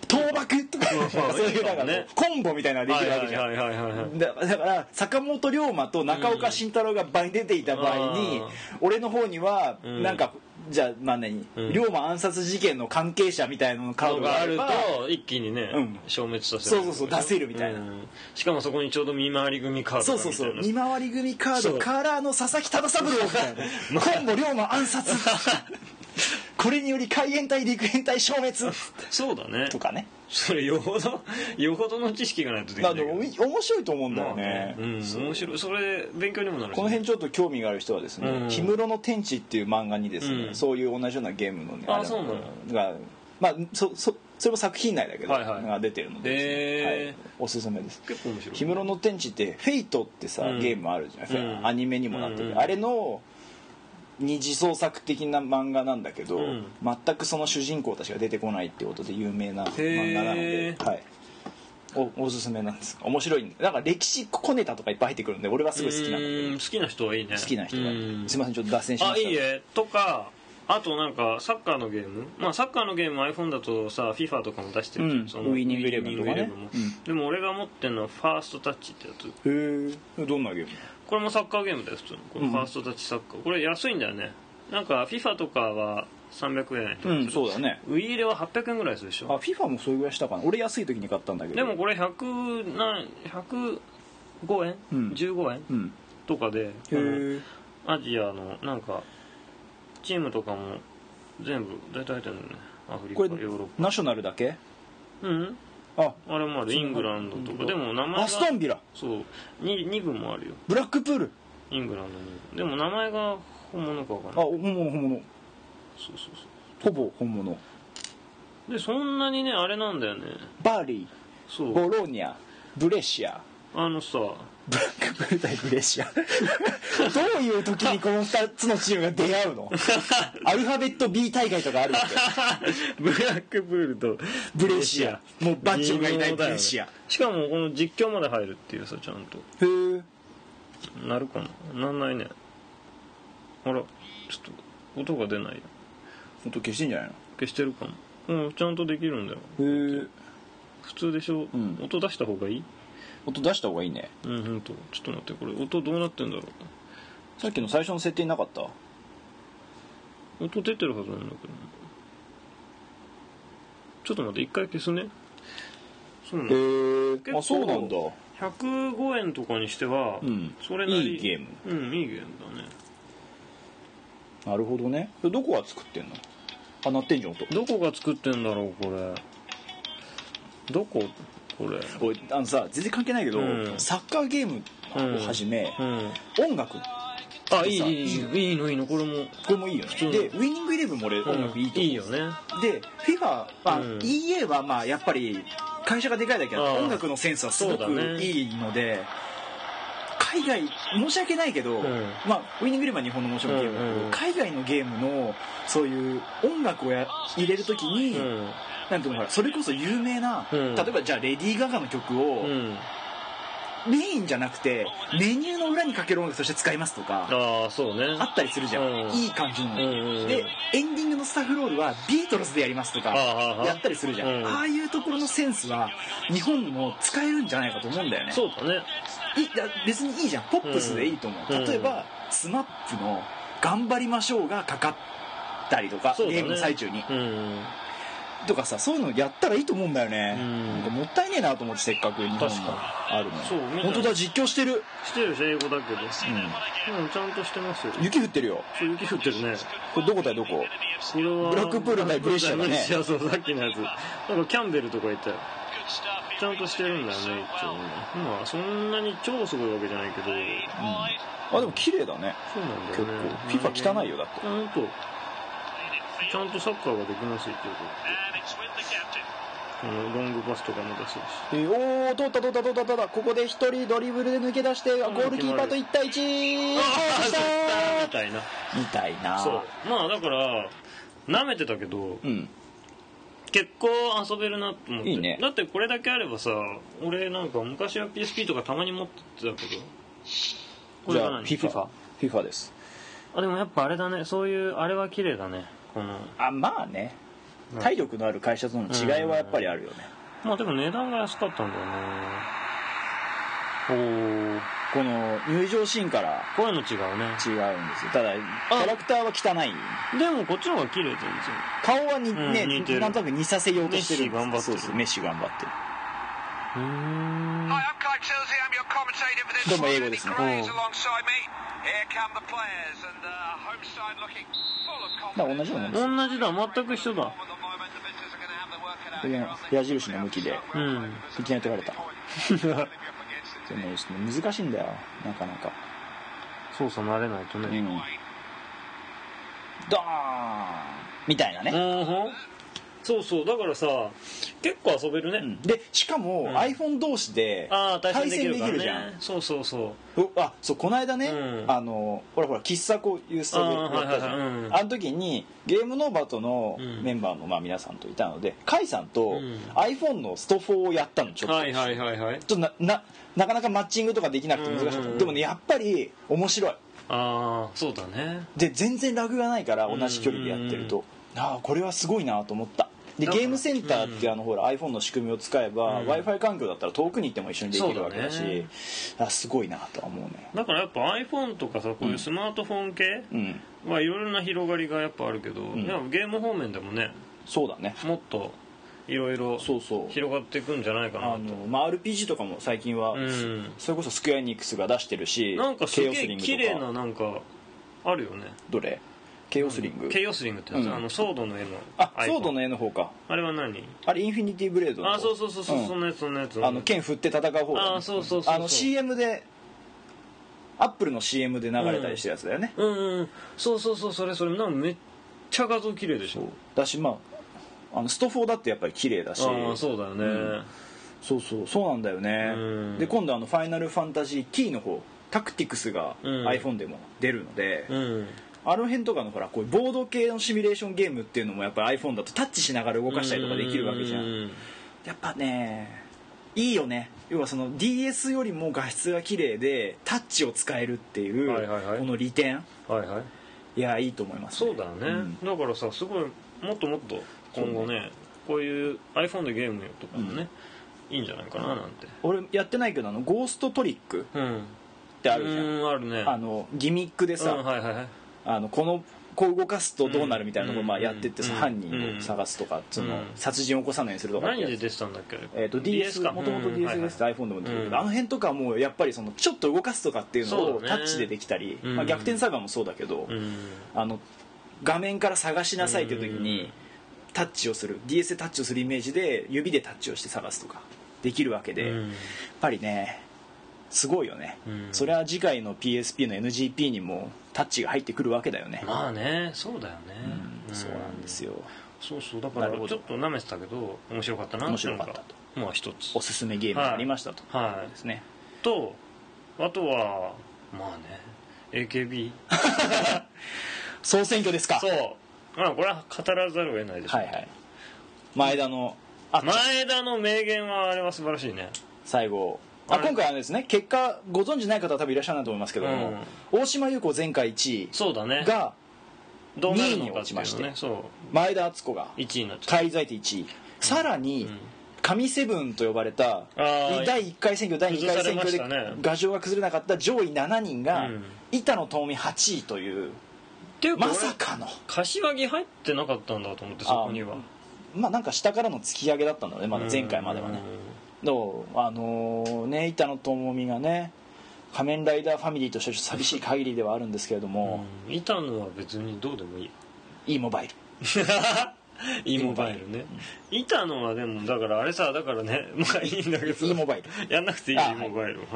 倒幕とかそういうなんかコンボみたいなのができるわけじゃん。だから坂本龍馬と中岡慎太郎が場に出ていた場合に、俺の方にはなんかじゃあまあ何、龍馬暗殺事件の関係者みたいなのカードがあれば一気にね、消滅させる、そう出せるみたいな、 しかもそこにちょうど見回り組カードがみたいな、 見回り組カードから佐々木忠三郎みたいなコンボ龍馬暗殺これにより海援隊陸援隊消滅そうだねとかね。 それよほどの知識がないとできないけど面白いと思うんだよね、 面白い。それ勉強にもなるし、 この辺ちょっと興味がある人はですね「氷室の天地」っていう漫画にですね、そういう同じようなゲームのねそうなのがまあそれも作品内だけど、が出てるので、おすすめです。 結構面白い。 氷室の天地って「フェイト」ってさ、ゲームあるじゃん、アニメにもなってる、あれの二次創作的な漫画なんだけど、全くその主人公たちが出てこないってことで有名な漫画なので、おすすめなんです。面白い。なんか歴史小ネタとかいっぱい入ってくるんで俺はすごい好きなんだけど、 好きな人はいいね。 好きな人はすいませんちょっと脱線しました。 いいえとか、あとなんかサッカーのゲーム、サッカーのゲーム iPhone だとさ FIFA とかも出してる、 そのウイニングイレブンとかね。 でも俺が持ってるのはファーストタッチってやつ。 へえ、どんなゲーム？ これもサッカーゲームだよ普通の。このファーストタッチサッカー、これ安いんだよね。なんか FIFA とかは300円、 そうだね。 ウイイレは800円ぐらいするでしょ。 FIFA もそれぐらいしたかな。俺安い時に買ったんだけど。 でもこれ105円、15円、とかで、アジアのなんかチームとかも全部大体入ってるんだよね。アフリカ、ヨーロッパ。 ナショナルだけ？ あれもある。イングランドとか。でも名前がアストンビラ、 そう 2部もあるよ。 ブラックプール、 イングランドに。でも名前が本物かわかんない。 本物。 そうほぼ本物で、そんなにねあれなんだよね。 バーリー、ボローニャ、ブレシア、 さブラックプール対ブレシアどういう時にこの2つのチームが出会うのアルファベット B 大会とかあるわけブラックプールとブレシア、もうバッチョがいないブレシア。 しかもこの実況まで入るっていうさ、ちゃんと。 へえ。 なるかな。なんないね。あら、ちょっと音が出ないよ。 音消してんじゃないの？ 消してるかも。ちゃんとできるんだよ。 へえ。 普通でしょ、音出した方がいい？ 音出した方がいいね。 ほんと。ちょっと待って、これ音どうなってんだろう。 さっきの最初の設定になかった？ 音出てるはずなんだけど。ちょっと待って、一回消すね。そうなんだ。 結構そうなんだ。 105円とかにしては、それなりいいゲーム。 いいゲームだね。 なるほどね。どこが作ってんの？鳴ってんじゃん音。 どこが作ってんだろうこれ。どここれ。 おいさ、全然関係ないけど、サッカーゲームをはじめ、音楽。 いいのこれもいいよね。でウイニングイレブンも俺音楽いいと思う。 いいよね。 で FIFA、EA はまあやっぱり会社がでかいだけあって音楽のセンスはすごくいいので、海外申し訳ないけど、ウイニングイレブンは日本のもちろんゲームだけど、海外のゲームのそういう音楽を入れるときに、なんていうのかな、それこそ有名な、例えばじゃあレディー・ガガの曲を、メインじゃなくてメニューの裏にかける音楽として使いますとかあったりするじゃん、いい感じの、でエンディングのスタッフロールはビートルズでやりますとかやったりするじゃん、ああいうところのセンスは日本も使えるんじゃないかと思うんだよね。 そうだね。 別にいいじゃん、ポップスでいいと思う。例えばスマップの「頑張りましょう」がかかったりとか、ゲームの最中にとかさ、そういうのやったらいいと思うんだよね。なんかもったいねえなと思って、せっかく日本もあるの。本当だ、実況してるし、英語だけどちゃんとしてますよ。 雪降ってるよ。 雪降ってるね。 これどこだよ、どこ？ これはブラックプール対ブレシアだね。 そう、さっきのやつ。なんかキャンベルとか言ったよ。ちゃんとしてるんだよね、一応ね。まあそんなに超すごいわけじゃないけど、 でも綺麗だね。 そうなんだよね。 結構 FIFA 汚いよ、だって。 ちゃんとサッカーができますよってこのロングパスとかも出せるし、 通ったここで一人ドリブルで抜け出してゴールキーパーと1対1 みたいな。そう、まあだから舐めてたけど、結構遊べるなと思って。いいね。だってこれだけあればさ、俺なんか昔は PSP とかたまに持ってたけど、 これはFIFA です。 でもやっぱあれだね、そういうあれは綺麗だね。このまあね、 体力のある会社との違いはやっぱりあるよね。 まあでも値段が安かったんだよね。 この入場シーンからこういうの違うね。 違うんですよ。ただキャラクターは汚い。 でもこっちの方が綺麗全然。 顔はね、なんとなく似させようとしてる。 メッシ頑張ってる。 そうメッシ頑張ってる。どうも英語ですね。同じだ同じだ、全く一緒だ。 矢印の向きで、いきなり取られた。でも難しいんだよ、なかなか。 操作慣れないとね。 ドーンみたいなね。 そうそう、だからさ結構遊べるね。 でしかも iPhone 同士で対戦できるじゃん。 そうそうそう。 そうこの間ね、ほら喫茶こういうストーリーやったじゃん。あの時にゲームノーバとのメンバーの皆さんといたので、カイさんと iPhone のスト4をやったの。ちょっとちょっとなかなかマッチングとかできなくて難しかった。でもねやっぱり面白い。 そうだね。 で全然ラグがないから、同じ距離でやってるとこれはすごいなと思った。でゲームセンターってほら iPhone の仕組みを使えば Wi-Fi 環境だったら遠くに行っても一緒にできるわけだし、すごいなとは思うね。 だからやっぱ iPhone とかさ、こういうスマートフォン系はいろいろな広がりがやっぱあるけど、ゲーム方面でもね、 そうだね、 もっといろいろ広がっていくんじゃないかなと。 RPG とかも最近はそれこそスクエアエニックスが出してるし、 なんかすげえ綺麗ななんかあるよね。 どれ？ケイオスリング。 ケイオスリングってやつ、ソードの絵の。 ソードの絵の方か。 あれは何？ あれインフィニティブレードの方。 そうそんなやつそんなやつ。 剣振って戦う方だね。 そう CM でアップルの CM で流れたりしたやつだよね。 そうそれなんかめっちゃ画像綺麗でしょ。 だしスト4だってやっぱり綺麗だし。 そうだよね。 そうなんだよね。で今度ファイナルファンタジー T の方、タクティクスが iPhone でも出るので。あの辺とかのほらこういうボード系のシミュレーションゲームっていうのもやっぱり iPhone だとタッチしながら動かしたりとかできるわけじゃん。やっぱねいいよね。要はその DS よりも画質が綺麗でタッチを使えるっていうこの利点、いやいいと思いますね。 そうだよね、だからさすごいもっともっと今後ねこういう iPhone でゲームとかもね、いいんじゃないかななんて。 俺やってないけどゴーストトリックってあるじゃん。 あるね。 ギミックでさ、こう動かすとどうなるみたいなのをやってって犯人を探すとか、殺人を起こさないようにするとか。 何で出てたんだっけ。 DS か。もともと DS ですって iPhone でも出てるけど、あの辺とかもやっぱりちょっと動かすとかっていうのをタッチでできたり、逆転裁判もそうだけど、画面から探しなさいという時にタッチをする DS でタッチをするイメージで指でタッチをして探すとかできるわけで、やっぱりねすごいよね。それは次回の PSP の NGP にもタッチが入ってくるわけだよね。 まあね、そうだよね。 そうなんですよ。 そうだからちょっと舐めてたけど面白かったな。 面白かったと。 まあ一つおすすめゲームがありましたと。ですね。 とあとはまあね AKB 総選挙ですか。 そう。これは語らざるを得ないでしょ。 前田の名言はあれは素晴らしいね。 最後今回はですね、結果ご存知ない方は多分いらっしゃらないと思いますけども、大島優子前回1位が2位に落ちまして、前田敦子が 1位になっちゃう。 返り咲いて1位。さらに神セブンと呼ばれた第1回選挙第2回選挙で牙城が崩れなかった上位7人が板野友美8位という、まさかの柏木入ってなかったんだと思って。そこにはなんか下からの突き上げだったんだね、まだ前回まではね。板野友美がね仮面ライダーファミリーとして寂しい限りではあるんですけれども、 板野は別にどうでもいい。 いモバイルいいモバイルね。板野はでもだからあれさ、だからねまあいいんだけど、 いいモバイルやんなくていい。いいモバイル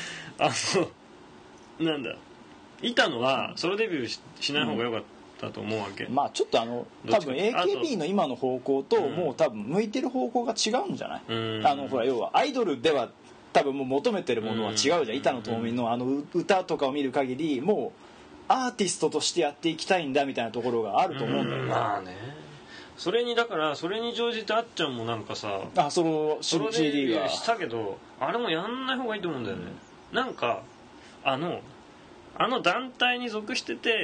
なんだ、板野はソロデビューしない方が良かったと思うわけ。 ちょっと多分 AKB の今の方向ともう多分向いてる方向が違うんじゃない。ほら要はアイドルでは多分もう求めてるものは違うじゃん。板野友美の歌とかを見る限りもうアーティストとしてやっていきたいんだみたいなところがあると思うんだよね。 まあね、それに乗じてあっちゃんもなんかさその CD がしたけど、あれもやんない方がいいと思うんだよね。なんか団体に属してて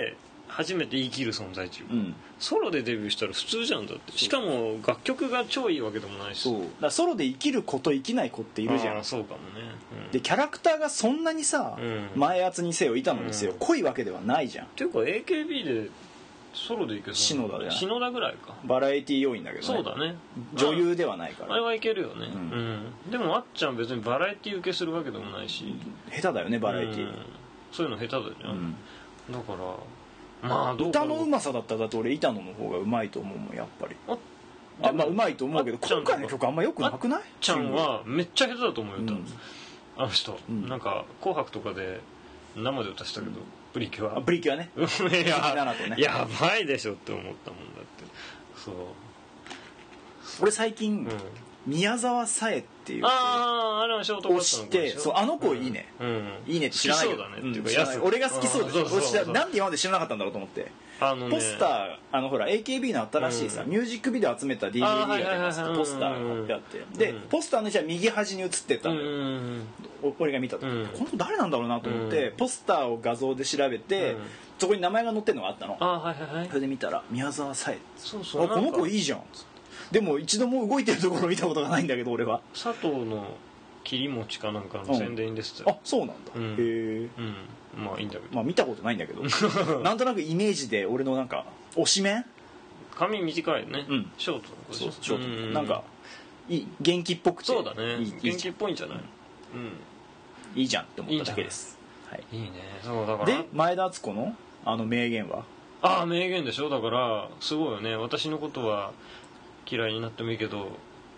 初めて言い切る存在っていうか、 うんソロでデビューしたら普通じゃんだって。しかも楽曲が超いいわけでもないし。 そうだからソロで生きる子と生きない子っているじゃん。 そうかもね、 でキャラクターがそんなにさ、前圧にせよ板野にせよ濃いわけではないじゃん。 っていうか AKB でソロでいけそう。 篠田じゃん。 篠田ぐらいか。 バラエティ要員だけどね。 そうだね。 女優ではないから。 あれはいけるよね。でもあっちゃん別にバラエティ受けするわけでもないし。 下手だよねバラエティ。 そういうの下手だよね。だからまあどう歌のうまさだったらだって俺板野の方がうまいと思うもんやっぱり。まあうまいと思うけど今回の曲あんま良くなくない？ あっちゃんはめっちゃ下手だと思うよ歌。あの人なんか紅白とかで生で歌したけど。プリキュアプリキュアねやばいでしょって思ったもんだって。そう俺最近、宮沢さえっていうあれはショートカットの子でしょ。 を知ってそうあの子いいね、いいねって知らないけど俺が好きそうでなんで今まで知らなかったんだろうと思って。ポスターほら AKB の新しいさ、ミュージックビデオ集めた DVD が出ますってポスターが貼ってあってでポスターの位置は右端に映ってたのよ。俺が見た時この子誰なんだろうなと思ってポスターを画像で調べてそこに名前が載ってるのがあったの。それで見たら宮沢さえこの子いいじゃん。でも一度も動いてるところ見たことがないんだけど俺は。 佐藤の切り餅かなんかの宣伝ですって。 あそうなんだ。へえ。 まあいいんだけど。 まあ見たことないんだけどなんとなくイメージで俺のなんか推しメン髪短いよね。ショートの子でしょ。 ショートなんかいい元気っぽくて。 そうだね。元気っぽいんじゃない。 いいじゃんって思っただけです。 いいね。そうだから。 で前田敦子の名言は名言でしょ。だからすごいよね。私のことは嫌いになってもいいけど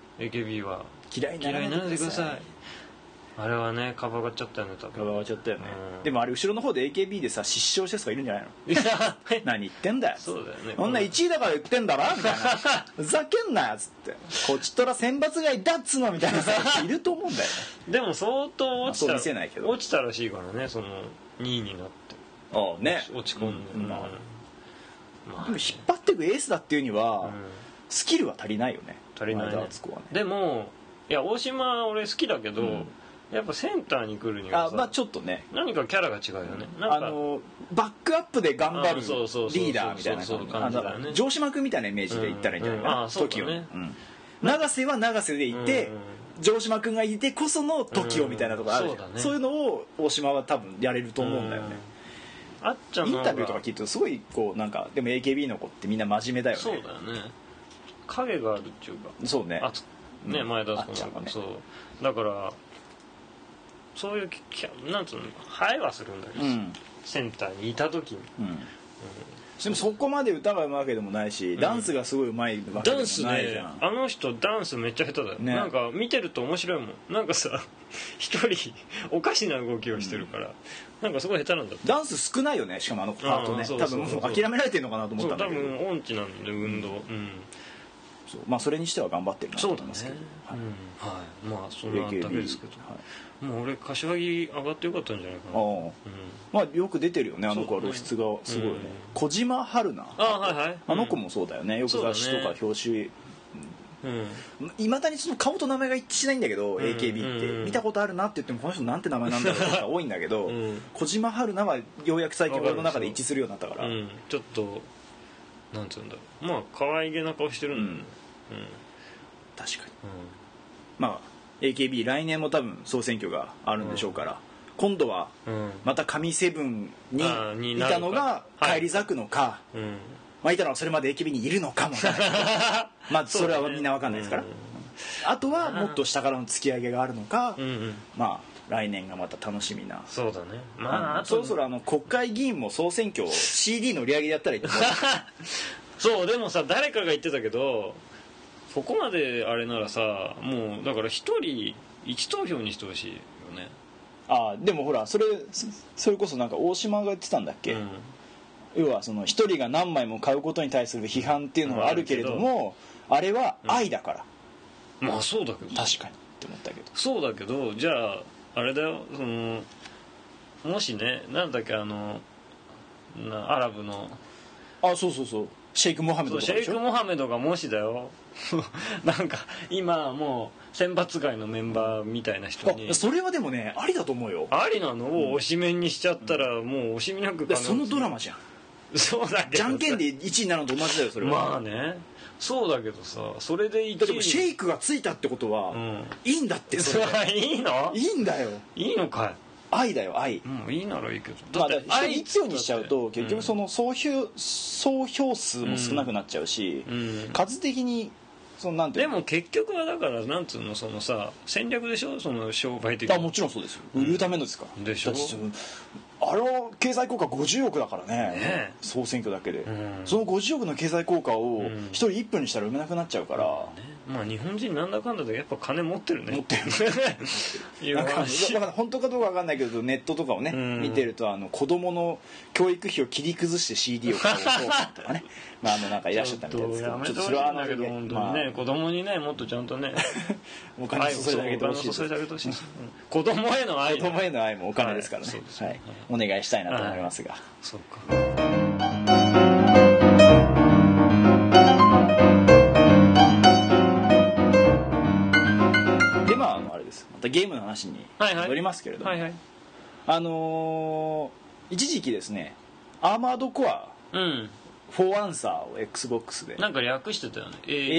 AKB は嫌いにならないでください。 あれはねかばがっちゃったよね。多分かばがっちゃったよね。でもあれ後ろの方で AKB でさ失笑してる人がいるんじゃないの何言ってんだよ。 そうだよね。 こんな1位だから言ってんだろみたいなふざけんなよっつってこっちとら選抜外だっつのみたいな人いると思うんだよね。 でも相当落ちた、 見せないけど落ちたらしいからねその2位になってね落ち込んで、 でも引っ張っていくエースだっていうには、スキルは足りないよね。 足りないね。でもいや大島俺好きだけど、やっぱセンターに来るにはさちょっとね何かキャラが違うよね。 なんかバックアップで頑張るリーダーみたいな感じだね。城島君みたいなイメージでいったらいいんじゃないかな。TOKIO永瀬は永瀬でいて城島君がいてこその TOKIOみたいなとこあるじゃん。そういうのを大島は多分やれると思うんだよね。 あっちゃんインタビューとか聞いてるとすごいこうなんかでも AKB の子ってみんな真面目だよね。 そうだよね。影があるっていうか。 そうね。 ね前田敦子なんかそうだからそういうなんつうの映えはするんだけど、センターにいた時に、 でもそこまで歌がうまいわけでもないし、ダンスがすごいうまいわけでもないじゃん。 ダンスねあの人ダンスめっちゃ下手だよ、なんか見てると面白いもん。なんかさ一人おかしな動きをしてるから、なんかすごい下手なんだって。 ダンス少ないよね。しかもパートね多分もう諦められてるのかなと思ったんだけど。 多分音痴なんで運動。 まあそれにしては頑張ってるなと思いますけど。 まあそんなだけですけど、もう俺柏木上がってよかったんじゃないかな。まあよく出てるよねあの子は。露出がすごいね。小島春菜あの子もそうだよね。よく雑誌とか表紙いまだにその顔と名前が一致しないんだけど AKB って見たことあるなって言ってもこの人なんて名前なんだろうって多いんだけど小島春菜はようやく最近俺の中で一致するようになったからちょっとなんつうんだろうまあ可愛げな顔してるんだよね。 確かにまあ AKB 来年も多分総選挙があるんでしょうから今度はまた神セブンにいたのが返り咲くのかまあいたのはそれまで AKB にいるのかもまあそれはみんな分かんないですからあとはもっと下からの突き上げがあるのかまあ来年がまた楽しみな。 そうだね。まあそろそろ国会議員も総選挙 CD の売り上げでやったらいいと思うそうでもさ誰かが言ってたけどそこまであれならさもうだから一人一投票にしてほしいよね。 でもほらそれこそなんか大島が言ってたんだっけ、要はその一人が何枚も買うことに対する批判っていうのはあるけれどもあれは愛だから、 まあそうだけど確かにって思ったけどそうだけどじゃああれだよもしねなんだっけアラブのそうシェイク・モハメドとかでしょ。 シェイク・モハメドがもしだよなんか今もう選抜外のメンバーみたいな人にそれはでもねありだと思うよ。 ありなのを推しメンにしちゃったらもう惜しみなくそのドラマじゃんそうだけどじゃんけんで1位になるのと同じだよそれは。 まあねそうだけどさそれで1位だってシェイクがついたってことは、いいんだってそれいいのいいんだよいいのかい愛だよ愛。 いいならいいけどまあ、一票にしちゃうと結局その総票数も少なくなっちゃうし、数的にそのなんていうの。 でも結局はだからなんつうのそのさ戦略でしょその商売的な。 もちろんそうですよ売るためのですからでしょ。 あの経済効果50億だからね総選挙だけで、その50億の経済効果を1人1分にしたら埋めなくなっちゃうから、 まあ日本人なんだかんだでやっぱ金持ってるね持ってるだから本当かどうか分かんないけどネットとかをね見てると子供の教育費を切り崩して CD を買うお父さんとかねなんかいらっしゃったみたいですけど、 ちょっとそれはだけど本当にね子供にねもっとちゃんとねお金を注いであげてほしい子供への愛もお金ですからねお願いしたいなと思いますがそうかまたゲームの話に戻りますけれども、一時期ですねアーマードコア4アンサーを XBOX でなんか略してたよね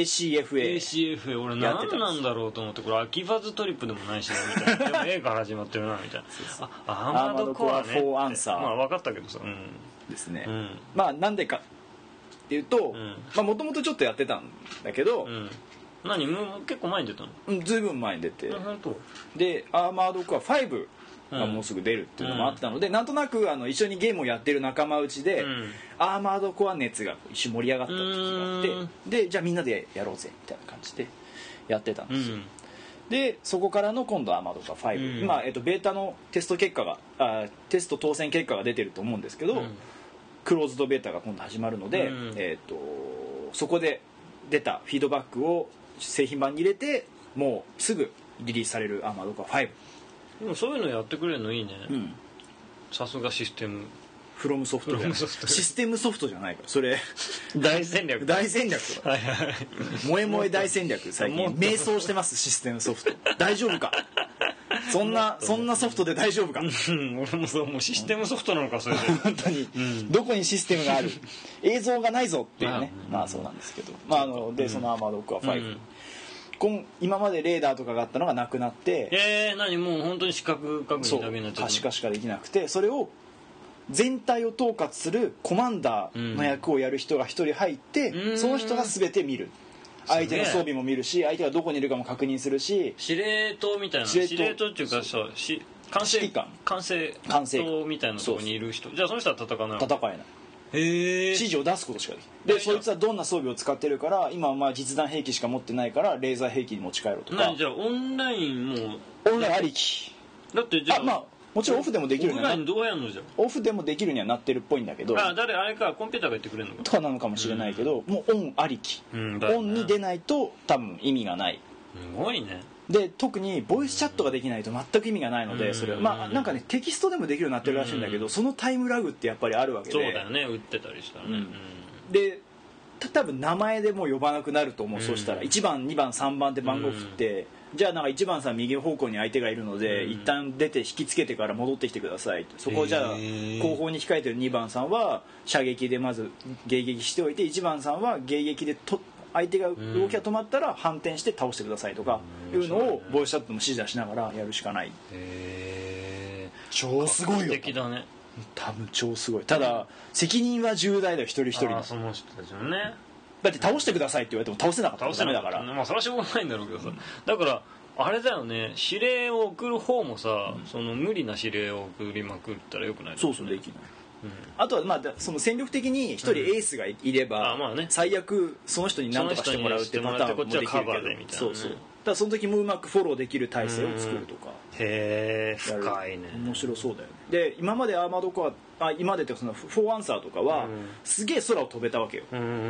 ACFA 俺何なんだろうと思ってこれ秋葉ズトリップでもないしなみたいなでも A から始まってるなみたいなアーマードコアね 4アンサーまあ分かったけどさですねまあなんでかっていうともともとちょっとやってたんだけど結構前に出たの？ ずいぶん前に出てでアーマードコア5がもうすぐ出るっていうのもあったのでなんとなく一緒にゲームをやってる仲間内でアーマードコア熱が一瞬盛り上がった時があってでじゃあみんなでやろうぜみたいな感じでやってたんですよでそこからの今度アーマードコア5今ベータのテスト当選結果が出てると思うんですけどクローズドベータが今度始まるのでそこで出たフィードバックを製品版に入れてもうすぐリリースされるアーマードコア5 でもそういうのやってくれるのいいねさすがシステムフロムソフトシステムソフトじゃないからそれ大戦略萌え萌え大戦略最近迷走してますシステムソフト大丈夫かそんなソフトで大丈夫か俺もそうもうシステムソフトなのかそれで本当にどこにシステムがある映像がないぞっていうねまあそうなんですけどでそのアーマードコア5今までレーダーとかがあったのがなくなって何もう本当に視覚確認だけになっちゃう可視化しかできなくてそれを全体を統括するコマンダーの役をやる人が一人入ってその人が全て見る相手の装備も見るし相手がどこにいるかも確認するし司令塔みたいな司令塔っていうかさ管制塔みたいなとこにいる人じゃあその人は戦わない指示を出すことしかできないでそいつはどんな装備を使ってるから今は実弾兵器しか持ってないからレーザー兵器に持ち帰ろうとかじゃあオンラインありきだってじゃあもちろんオフでもできるオフラインどうやんのじゃんオフでもできるにはなってるっぽいんだけどあれかコンピューターが言ってくれるのかとかなのかもしれないけどもうオンありきオンに出ないと多分意味がないすごいねで特にボイスチャットができないと全く意味がないのでそれはなんかねテキストでもできるようになってるらしいんだけどそのタイムラグってやっぱりあるわけでそうだよね売ってたりしたらねで多分名前でもう呼ばなくなると思うそしたら1番2番3番って番号振ってじゃあなんか1番さん右方向に相手がいるので一旦出て引きつけてから戻ってきてくださいそこをじゃあ後方に控えてる2番さんは射撃でまず迎撃しておいて1番さんは迎撃で相手が動きが止まったら反転して倒してくださいとかいうのをボイスチャットも指示しながらやるしかない超すごいよ素敵だね多分超すごいただ責任は重大だよ一人一人その人たちのねだって倒してくださいって言われても倒せなかったらダメだからまあそれはしょうがないんだろうけどさだからあれだよね指令を送る方もさその無理な指令を送りまくったらよくないそうできないあとはその戦力的に一人エースがいれば最悪その人に何とかしてもらうってパターンもできるけどそうだその時もうまくフォローできる体制を作るとかへえ深いね面白そうだよねで今までアーマードコア今までってその4アンサーとかはすげえ空を飛べたわけよ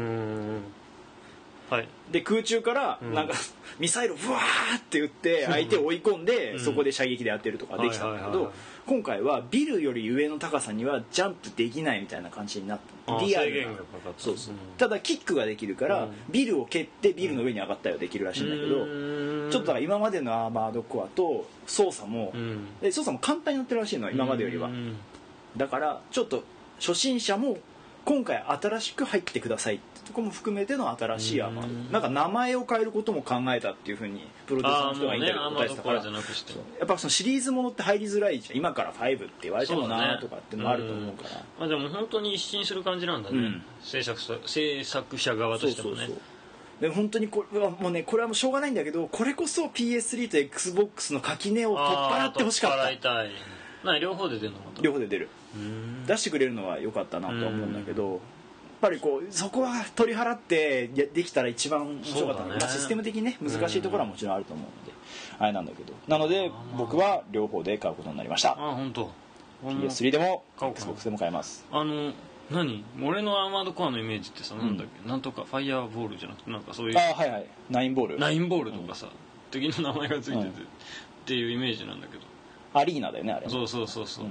はい、 で空中からなんかミサイルをブワーって撃って相手を追い込んでそこで射撃で当てるとかできたんだけど今回はビルより上の高さにはジャンプできないみたいな感じになったリアルなそうただキックができるからビルを蹴ってビルの上に上がったりはできるらしいんだけどちょっとだから今までのアーマードコアと操作も簡単になってるらしいのは今までよりはだからちょっと初心者も今回新しく入ってくださいってとこも含めての新しいアーマード、なんか名前を変えることも考えたっていうふうにプロデューサーの人がインタビューで答えてたから、やっぱそのシリーズものって入りづらいじゃん、今から5って言われてもなとかってのもあると思うから、 まあ、でも本当に一新する感じなんだね、制作者側としてもね。 で本当にこれはもうね、これはもうしょうがないんだけど、これこそ PS3 と XBOX の垣根を取っ払ってほしかった。 取っ払いたい。両方で出るのまた。 両方で出る。出してくれるのは良かったなとは思うんだけど、やっぱりこうそこは取り払ってできたら一番面白かったので、システム的にね難しいところはもちろんあると思うのであれなんだけど、なので僕は両方で買うことになりました。 本当。 PS3 でも XBOX でも買えます。 何俺のアーマードコアのイメージってさ、なんだっけ、なんとかファイヤーボールじゃなくてなんかそういうはいはいナインボールとかさ、敵の名前がついててっていうイメージなんだけど、 アリーナだよねあれ。 そう 5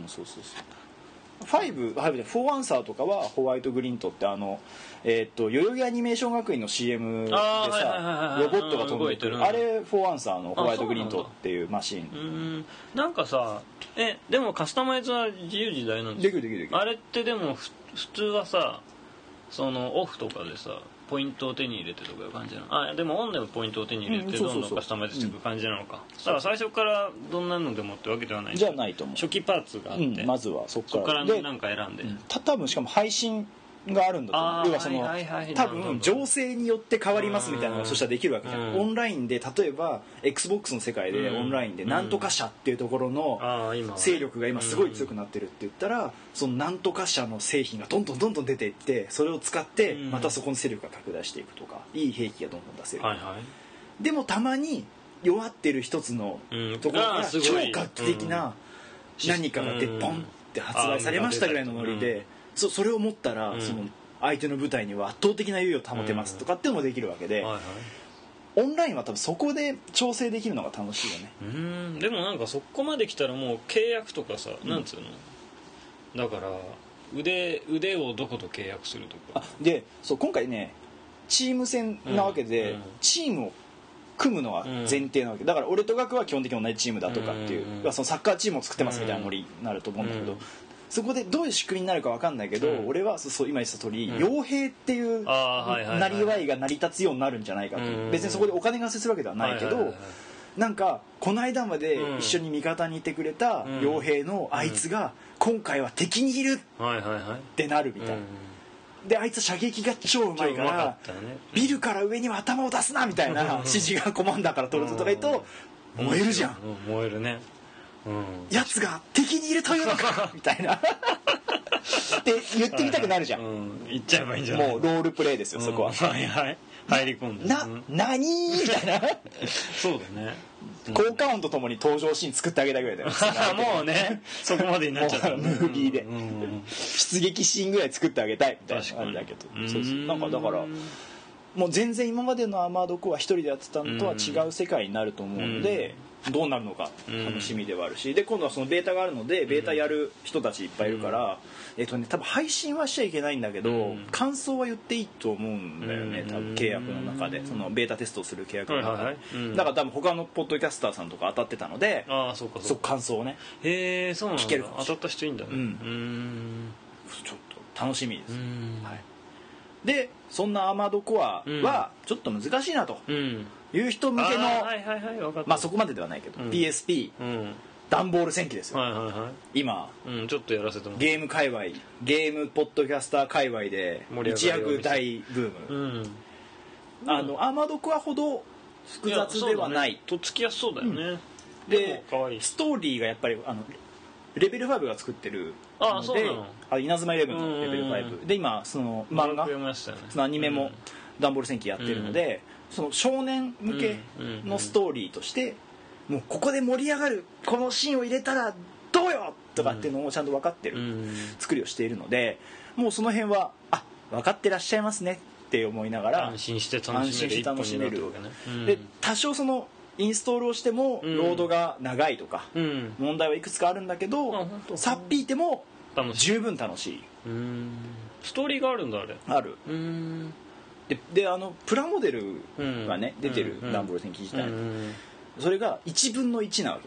で4アンサーとかはホワイトグリントって代々木アニメーション学院の CM でさロボットが飛んでくる、あれ4アンサーのホワイトグリントっていうマシン。 なんかさでもカスタマイズは自由自在なんですよ。できるあれってでも普通はさ、そのオフとかでさポイントを手に入れてとかいう感じなの。でもオンでもポイントを手に入れてどんどんカスタマイズしていく感じなのか。だから最初からどんなのでもってわけではない。 じゃないと思う。 初期パーツがあって、 まずはそこから何か選んで、 多分しかも配信があるんだと思う。要はその多分情勢によって変わりますみたいなのがそしたらできるわけじゃん。オンラインで例えば XBOX の世界でオンラインでなんとか社っていうところの勢力が今すごい強くなってるって言ったら、そのなんとか社の製品がどんどん出ていって、それを使ってまたそこの勢力が拡大していくとか、いい兵器がどんどん出せる。でもたまに弱ってる一つのところから超画期的な何かがでポンって発売されましたぐらいのノリで、それを持ったらその相手の部隊には圧倒的な優位を保てますとかっていうのもできるわけで、オンラインは多分そこで調整できるのが楽しいよね。でもなんかそこまで来たらもう契約とかさ、なんつうの、だから腕をどこと契約するとかで、今回ねチーム戦なわけで、チームを組むのは前提なわけだから、俺とガクは基本的に同じチームだとかっていう、そのサッカーチームを作ってますみたいなノリになると思うんだけど、そこでどういう仕組みになるか分かんないけど、俺は今言った通り、傭兵っていうなりわいが成り立つようになるんじゃないかと。別にそこでお金が発生するわけではないけど、なんかこの間まで一緒に味方にいてくれた傭兵のあいつが今回は敵にいるってなるみたいな。であいつ射撃が超うまいからビルから上には頭を出すなみたいな指示がコマンダーから取るとか言うと燃えるじゃん。 燃えるね。 やつが敵にいるというのかみたいなって言ってみたくなるじゃん。 言っちゃえばいいんじゃない。 もうロールプレイですよそこは。 入り込んで何みたいな。 そうだね。 効果音とともに登場シーン作ってあげたぐらいだよ。 もうねそこまでになっちゃった。 ムービーで出撃シーンぐらい作ってあげたいみたいなあれだけど、なんかだからもう全然今までのアーマードコア一人でやってたのとは違う世界になると思うので、どうなるのか楽しみではあるし、で今度はそのベータがあるのでベータやる人たちいっぱいいるから、多分配信はしちゃいけないんだけど、感想は言っていいと思うんだよね。多分契約の中でそのベータテストをする契約の中で、だから多分他のポッドキャスターさんとか当たってたので、そう感想をねそうなんだ。 聞ける当たった人いいんだね。 ちょっと楽しみです。でそんなアーマードコアはちょっと難しいなという人向けの、そこまでではないけど PSP 段ボール戦記ですよ。今ちょっとやらせてもゲーム界隈ゲームポッドキャスター界隈で一躍大ブーム。アーマードコアほど複雑ではない。 とっつきやすそうだよね。 でストーリーがやっぱりレベル5が作ってるので、稲妻11のレベル5で今その漫画そのアニメも段ボール戦記やってるので、その少年向けのストーリーとしてもうここで盛り上がるこのシーンを入れたらどうよとかっていうのをちゃんと分かってる作りをしているので、もうその辺は分かってらっしゃいますねって思いながら安心して楽しめる。 で多少そのインストールをしてもロードが長いとか問題はいくつかあるんだけど、さっぴいても十分楽しい。 ストーリーがあるんだあれ。 ある。でプラモデルがね出てる段ボール戦記自体、それが1分の1なわけよ。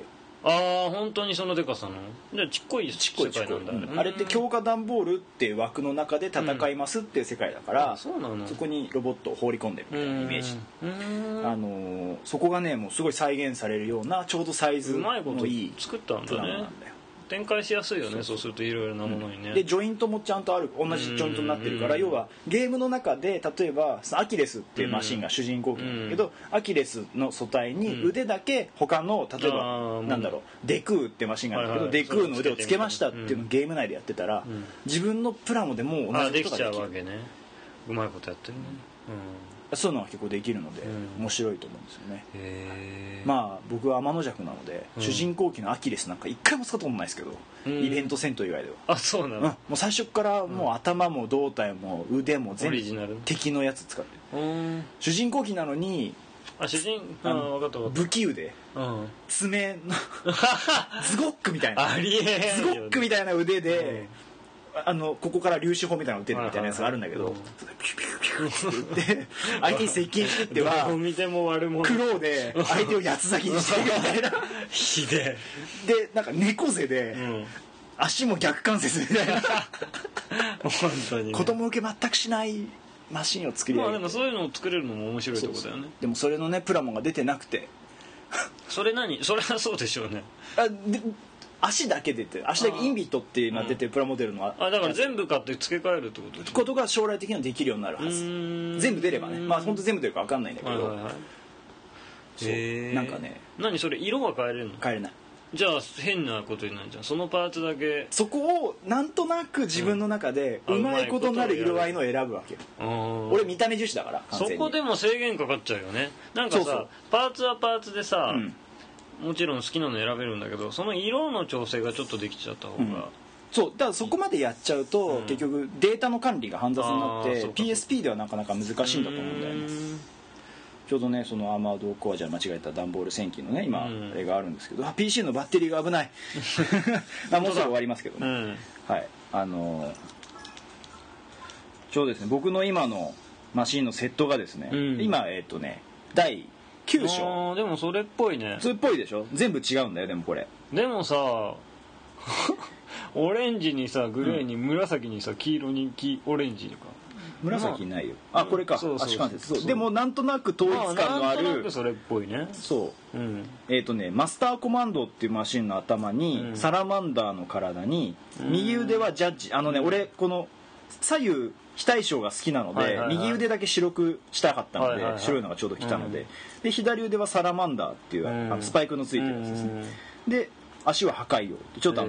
ああ本当にそのでかさのじゃあちっこい世界なんだ、 あれって強化段ボールっていう枠の中で戦いますっていう世界だから、 そうなの、 そこにロボットを放り込んでるみたいなイメージ、そこがねもうすごい再現されるようなちょうどサイズのいい作ったんだね。展開しやすいよね。そうするといろいろなものにね、 でジョイントもちゃんとある、同じジョイントになってるから、要はゲームの中で例えばアキレスっていうマシンが主人公機なんだけど、アキレスの素体に腕だけ他の例えばなんだろうデクーってマシンがあるんだけど、デクーの腕をつけましたっていうのをゲーム内でやってたら、自分のプラモでも同じことができる。 できちゃうわけね。うまいことやってるね。 そういうのが結構できるので面白いと思うんですよね。まあ僕は天の弱なので、主人公機のアキレスなんか一回も使ったことないですけど、イベント戦闘以外では。 あ、そうなの。 もう最初からもう頭も胴体も腕も全部敵のやつ使ってる。主人公機なのに武器腕、爪のズゴックみたいなズゴックみたいな腕で、ここから粒子砲みたいなの打てるみたいなやつがあるんだけど、ピュピュピュピュって相手に接近してってはクローで相手を八つ裂きにしていくみたいなひででなんか猫背で足も逆関節みたいな本当に子供受け全くしないマシンを作り上げて、 でもそういうのを作れるのも面白いところだよね。 でもそれのねプラモが出てなくてそれはそうでしょうね。 足だけ出て足だけインビットってなっててプラモデルのだから全部買って付け替えるってことですことが将来的にはできるようになるはず。全部出ればね、まあ本当全部出るか分かんないんだけど、そうなんかね。 何それ色は変えれるの？ 変えれない。 じゃあ変なことになるじゃん。そのパーツだけそこをなんとなく自分の中でうまいことになる色合いのを選ぶわけ。俺見た目重視だからそこでも制限かかっちゃうよね。なんかさパーツはパーツでさ、もちろん好きなの選べるんだけど、その色の調整がちょっとできちゃった方が、 そうだからそこまでやっちゃうと、結局データの管理が煩雑になって PSP ではなかなか難しいんだと思うんだよね。ちょうどねそのアーマードコアじゃ間違えた段ボール戦記のね今あれがあるんですけど、PC のバッテリーが危ないもうすぐ終わりますけどね、はいちょうどですね僕の今のマシンのセットがですね、今第9章。 でもそれっぽいね。 それっぽいでしょ。全部違うんだよ。でもこれでもさオレンジにさグレーに紫にさ黄色にオレンジとか紫ないよ。これか足関節。そうでもなんとなく統一感のある、 なんとなくそれっぽいね。 そう、マスターコマンドっていうマシンの頭に、サラマンダーの体に、右腕はジャッジ俺この左右非対称が好きなので、右腕だけ白くしたかったので、白いのがちょうど来たので、で左腕はサラマンダーっていうスパイクのついてるやつですね。で足は破壊王ちょっと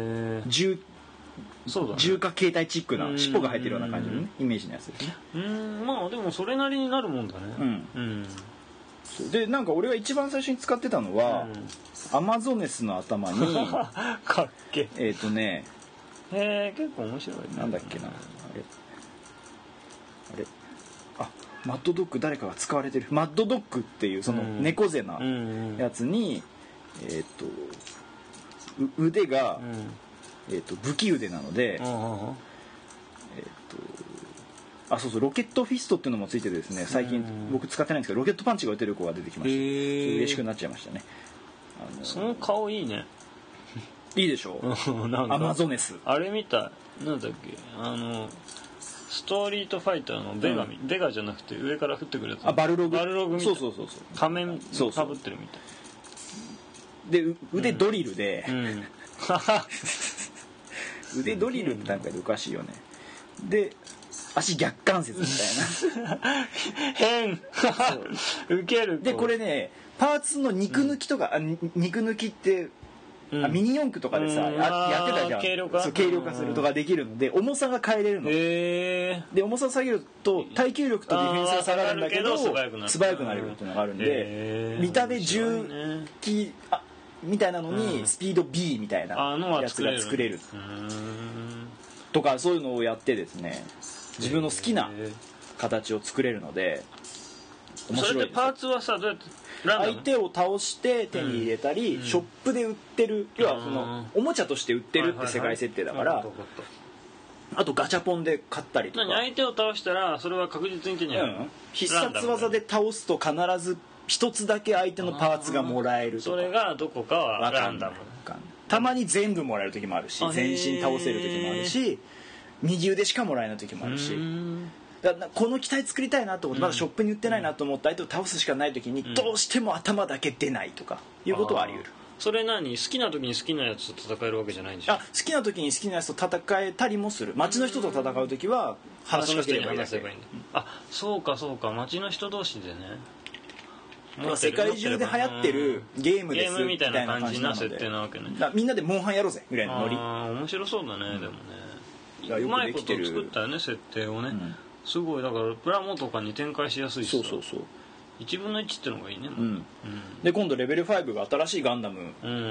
重化形態チックな尻尾が生えてるような感じのねイメージのやつですね。 まあでもそれなりになるもんだね。 でなんか俺が一番最初に使ってたのは、アマゾネスの頭にかっけ結構面白いね。 なんだっけなあれマッドドッグ誰かが使われてるマッドドッグっていうその猫背なやつに腕が武器腕なのでそうそうロケットフィストっていうのもついててですね、最近僕使ってないんですけどロケットパンチが打てる子が出てきました。嬉しくなっちゃいましたね。 その顔いいね。 いいでしょアマゾネスあれみたいなんだっけストリートファイターのベガじゃなくて上から降ってくるやつ。 バルログみたい。 そう仮面かぶってるみたいで腕ドリルで、腕ドリルって段階でおかしいよね。で足逆関節みたいな変ウケる。 でこれねパーツの肉抜きとか、肉抜きってミニ四駆とかでさやってたじゃん。軽量化するとかできるので重さが変えれるの。で重さを下げると耐久力とディフェンスが下がるんだけど素早くなれるっていうのがあるんで、見た目重機みたいなのにスピード B みたいなやつが作れるとか、そういうのをやってですね自分の好きな形を作れるので面白いです。 それってパーツはさどうやって相手を倒して手に入れたり、ショップで売ってる、要はそのおもちゃとして売ってるって世界設定だから、あとガチャポンで買ったりとか。 相手を倒したらそれは確実に手に入る、 必殺技で倒すと必ず一つだけ相手のパーツがもらえるとか、 それがどこかはランダム。 たまに全部もらえる時もあるし、全身倒せる時もあるし、右腕しかもらえない時もあるし、だからこの機体作りたいなと思ってまだショップに売ってないなと思って相手を倒すしかない時にどうしても頭だけ出ないとかいうことはあり得る。 それ何、好きな時に好きなやつと戦えるわけじゃないんでしょ。 好きな時に好きなやつと戦えたりもする。街の人と戦う時は話しかければいいだけ。 そうかそうか、街の人同士でね。 世界中で流行ってるゲームですみたいな感じな設定なわけね。 みんなでモンハンやろうぜぐらいのノリ。 面白そうだね。でもね、 うまいこと作ったよね、設定をね。すごい、だからプラモとかに展開しやすいし、 そう 1分の1ってのがいいね。 で今度レベル5が新しいガンダム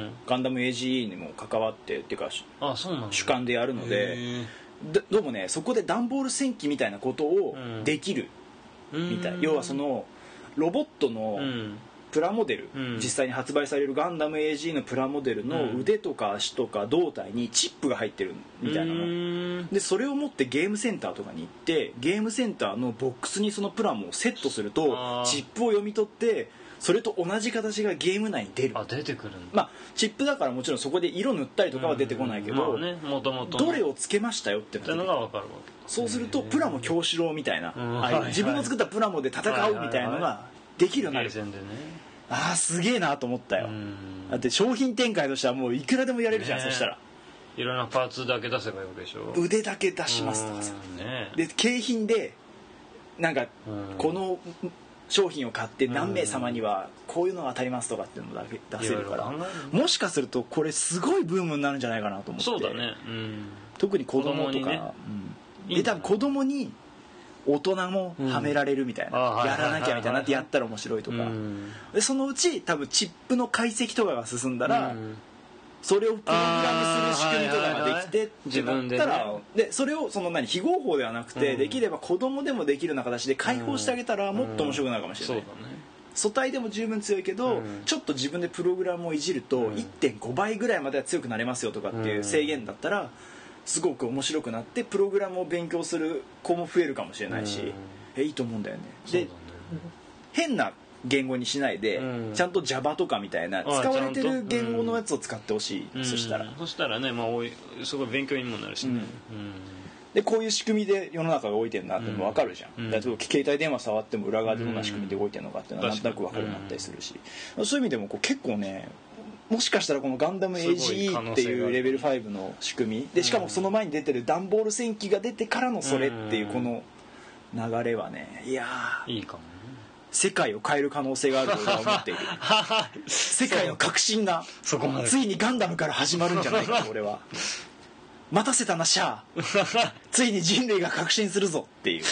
AGE にも関わってっていうか主観でやるので、どうもねそこで段ボール戦記みたいなことをできるみたい。要はそのロボットのプラモデル、実際に発売されるガンダム AG のプラモデルの腕とか足とか胴体にチップが入ってるみたいなので、それを持ってゲームセンターとかに行ってゲームセンターのボックスにそのプラモをセットするとチップを読み取ってそれと同じ形がゲーム内に出る。 出てくるんだ。 まあチップだからもちろんそこで色塗ったりとかは出てこないけど、どれをつけましたよってのが分かるわけ。 そうするとプラモ京志郎みたいな自分の作ったプラモで戦うみたいなのができるようになる。すげえなと思ったよ。だって商品展開としてはもういくらでもやれるじゃん。そしたらいろんなパーツだけ出せばいいわけでしょ。 腕だけ出しますとかさ、で景品でなんかこの商品を買って何名様にはこういうのが当たりますとかっていうのだけ出せるから、もしかするとこれすごいブームになるんじゃないかなと思って。 そうだね。 特に子供とかで多分子供に大人もはめられるみたいな、やらなきゃみたいなってやったら面白いとか、でそのうち多分チップの解析とかが進んだら、それをプログラムする仕組みとかができてってなったら、でそれをその非合法ではなくて、できれば子供でもできるような形で開放してあげたらもっと面白くなるかもしれない。素体でも十分強いけど、ちょっと自分でプログラムをいじると 1.5 倍ぐらいまでは強くなれますよとかっていう制限だったらすごく面白くなってプログラムを勉強する子も増えるかもしれないし、いいと思うんだよね。で変な言語にしないで、ちゃんと Java とかみたいな使われてる言語のやつを使ってほしい。そしたらね、 すごい勉強にもなるしね。 でこういう仕組みで世の中が動いてるなっても分かるじゃん。例えば携帯電話触っても裏側でどんな仕組みで動いてるのかっていうのはなんとなく分かるようになったりするし、そういう意味でも結構ね、もしかしたらこのガンダム AGE っていうレベル5の仕組みで、しかもその前に出てる段ボール戦記が出てからのそれっていうこの流れはね、いやいいかもね。 世界を変える可能性があると俺は思っている。世界の革新がついにガンダムから始まるんじゃないかと俺は。待たせたなシャー、ついに人類が革新するぞっていう。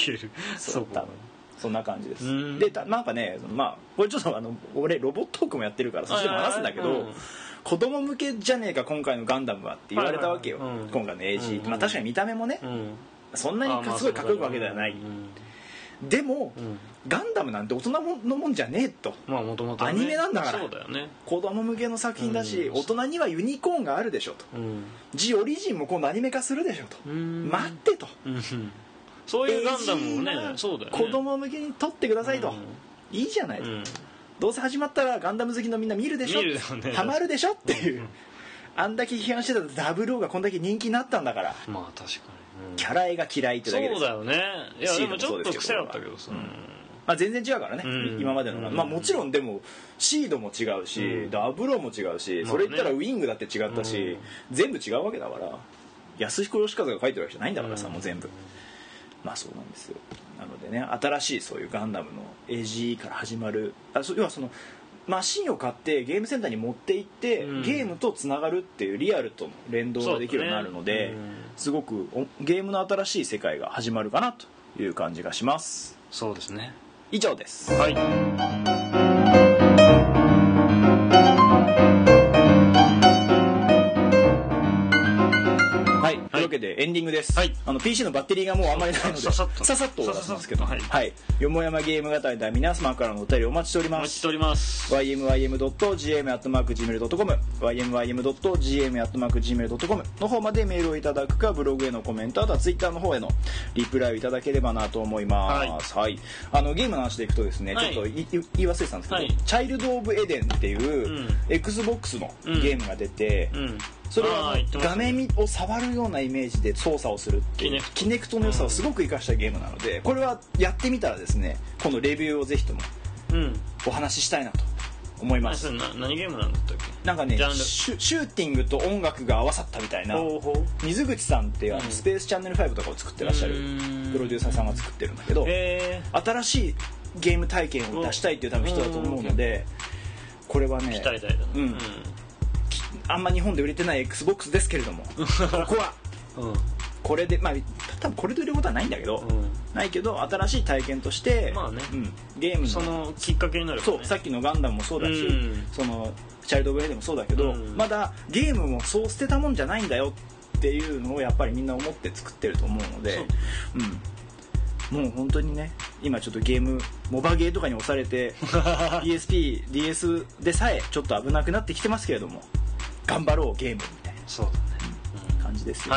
そんな感じです。でなんかね、これちょっと俺ロボットトークもやってるからそっちでも話すんだけど、子供向けじゃねえか今回のガンダムはって言われたわけよ。今回の AG、確かに見た目もね、そんなにすごいかっこよくわけではない。でもガンダムなんて大人のもんじゃねえと。アニメなんだから子供向けの作品だし、大人にはユニコーンがあるでしょと。ジオリジンも今度アニメ化するでしょと。待ってと。 そういうガンダムもね、そうだよね、 子供向けに撮ってくださいと、いいじゃないと、どうせ始まったらガンダム好きのみんな見るでしょ、ハマるでしょっていう、あんだけ批判してたダブルオーがこんだけ人気になったんだから。 確かに、 キャラ絵が嫌いってだけです。 そうだよね。いやでもちょっと癖だったけどさ、 全然違うからね、今までのもちろんでもシードも違うし、ダブルオーも違うし、それ言ったらウィングだって違ったし、全部違うわけだから、安彦義和が書いてるわけじゃないんだからさ、もう全部。そうなんですよ。なのでね、新しいそういうガンダムの AGE から始まる、要はそのマシンを買ってゲームセンターに持って行って、ゲームとつながるっていうリアルとの連動ができるようになるので、すごくゲームの新しい世界が始まるかなという感じがします。 そうですね。 以上です。 はい。 というわけけでエンディングです、 はい、 PC のバッテリーがもうあんまりないのでささっと終わらせますけど、はい、よもやまゲーム語りでは皆様からのお便りお待ちしております。 お待ちしております。 ymym.gm@gmail.com ymym.gm@gmail.com の方までメールをいただくか、ブログへのコメント、あとはツイッターの方へのリプライをいただければなと思います。はい、ゲームの話でいくとですね、ちょっと言い忘れてたんですけど、チャイルド・オブ・エデンっていう、XBOX のゲームが出て、それは画面を触るようなイメージで操作をするっていうキネクトの良さをすごく生かしたゲームなので、これはやってみたらですね、このレビューをぜひともお話ししたいなと思います。 何ゲームなんだったっけ。 なんかね、シューティングと音楽が合わさったみたいな。水口さんっていうスペースチャンネル5とかを作ってらっしゃるプロデューサーさんが作ってるんだけど、新しいゲーム体験を出したいっていう多分人だと思うので、これはね、 期待大だな。 あんま日本で売れてない XBOX ですけれども、ここはこれで、まあ多分これで売ることはないんだけど、ないけど新しい体験として、ゲームのそのきっかけになる、 そう、さっきのガンダムもそうだし、そのチャイルド・オブ・エデンもそうだけど、まだゲームもそう捨てたもんじゃないんだよっていうのをやっぱりみんな思って作ってると思うので、もう本当にね、今ちょっとゲームモバゲーとかに押されてPSP、DS でさえちょっと危なくなってきてますけれども、頑張ろうゲームみたいな感じですよ。はい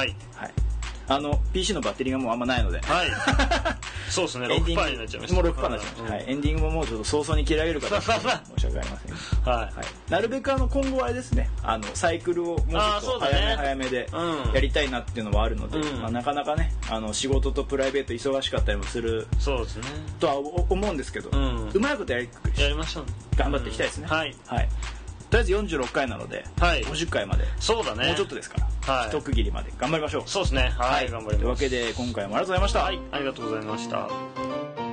、PC のバッテリーがもうあんまないので、 そうですね、6%になっちゃいました。 もう6%になっちゃいました。エンディングももうちょっと早々に切られるから申し訳ありませんが、なるべく今後はあれですね、サイクルをもうちょっと早めでやりたいなっていうのはあるので、なかなかね、仕事とプライベート忙しかったりもするとは思うんですけど、うまいことやりましょう。 頑張っていきたいですね。とりあえず46回なので、50回までそうだね、 もうちょっとですから、一区切りまで頑張りましょう。 そうですね、頑張ります。 というわけで今回もありがとうございました。 ありがとうございました。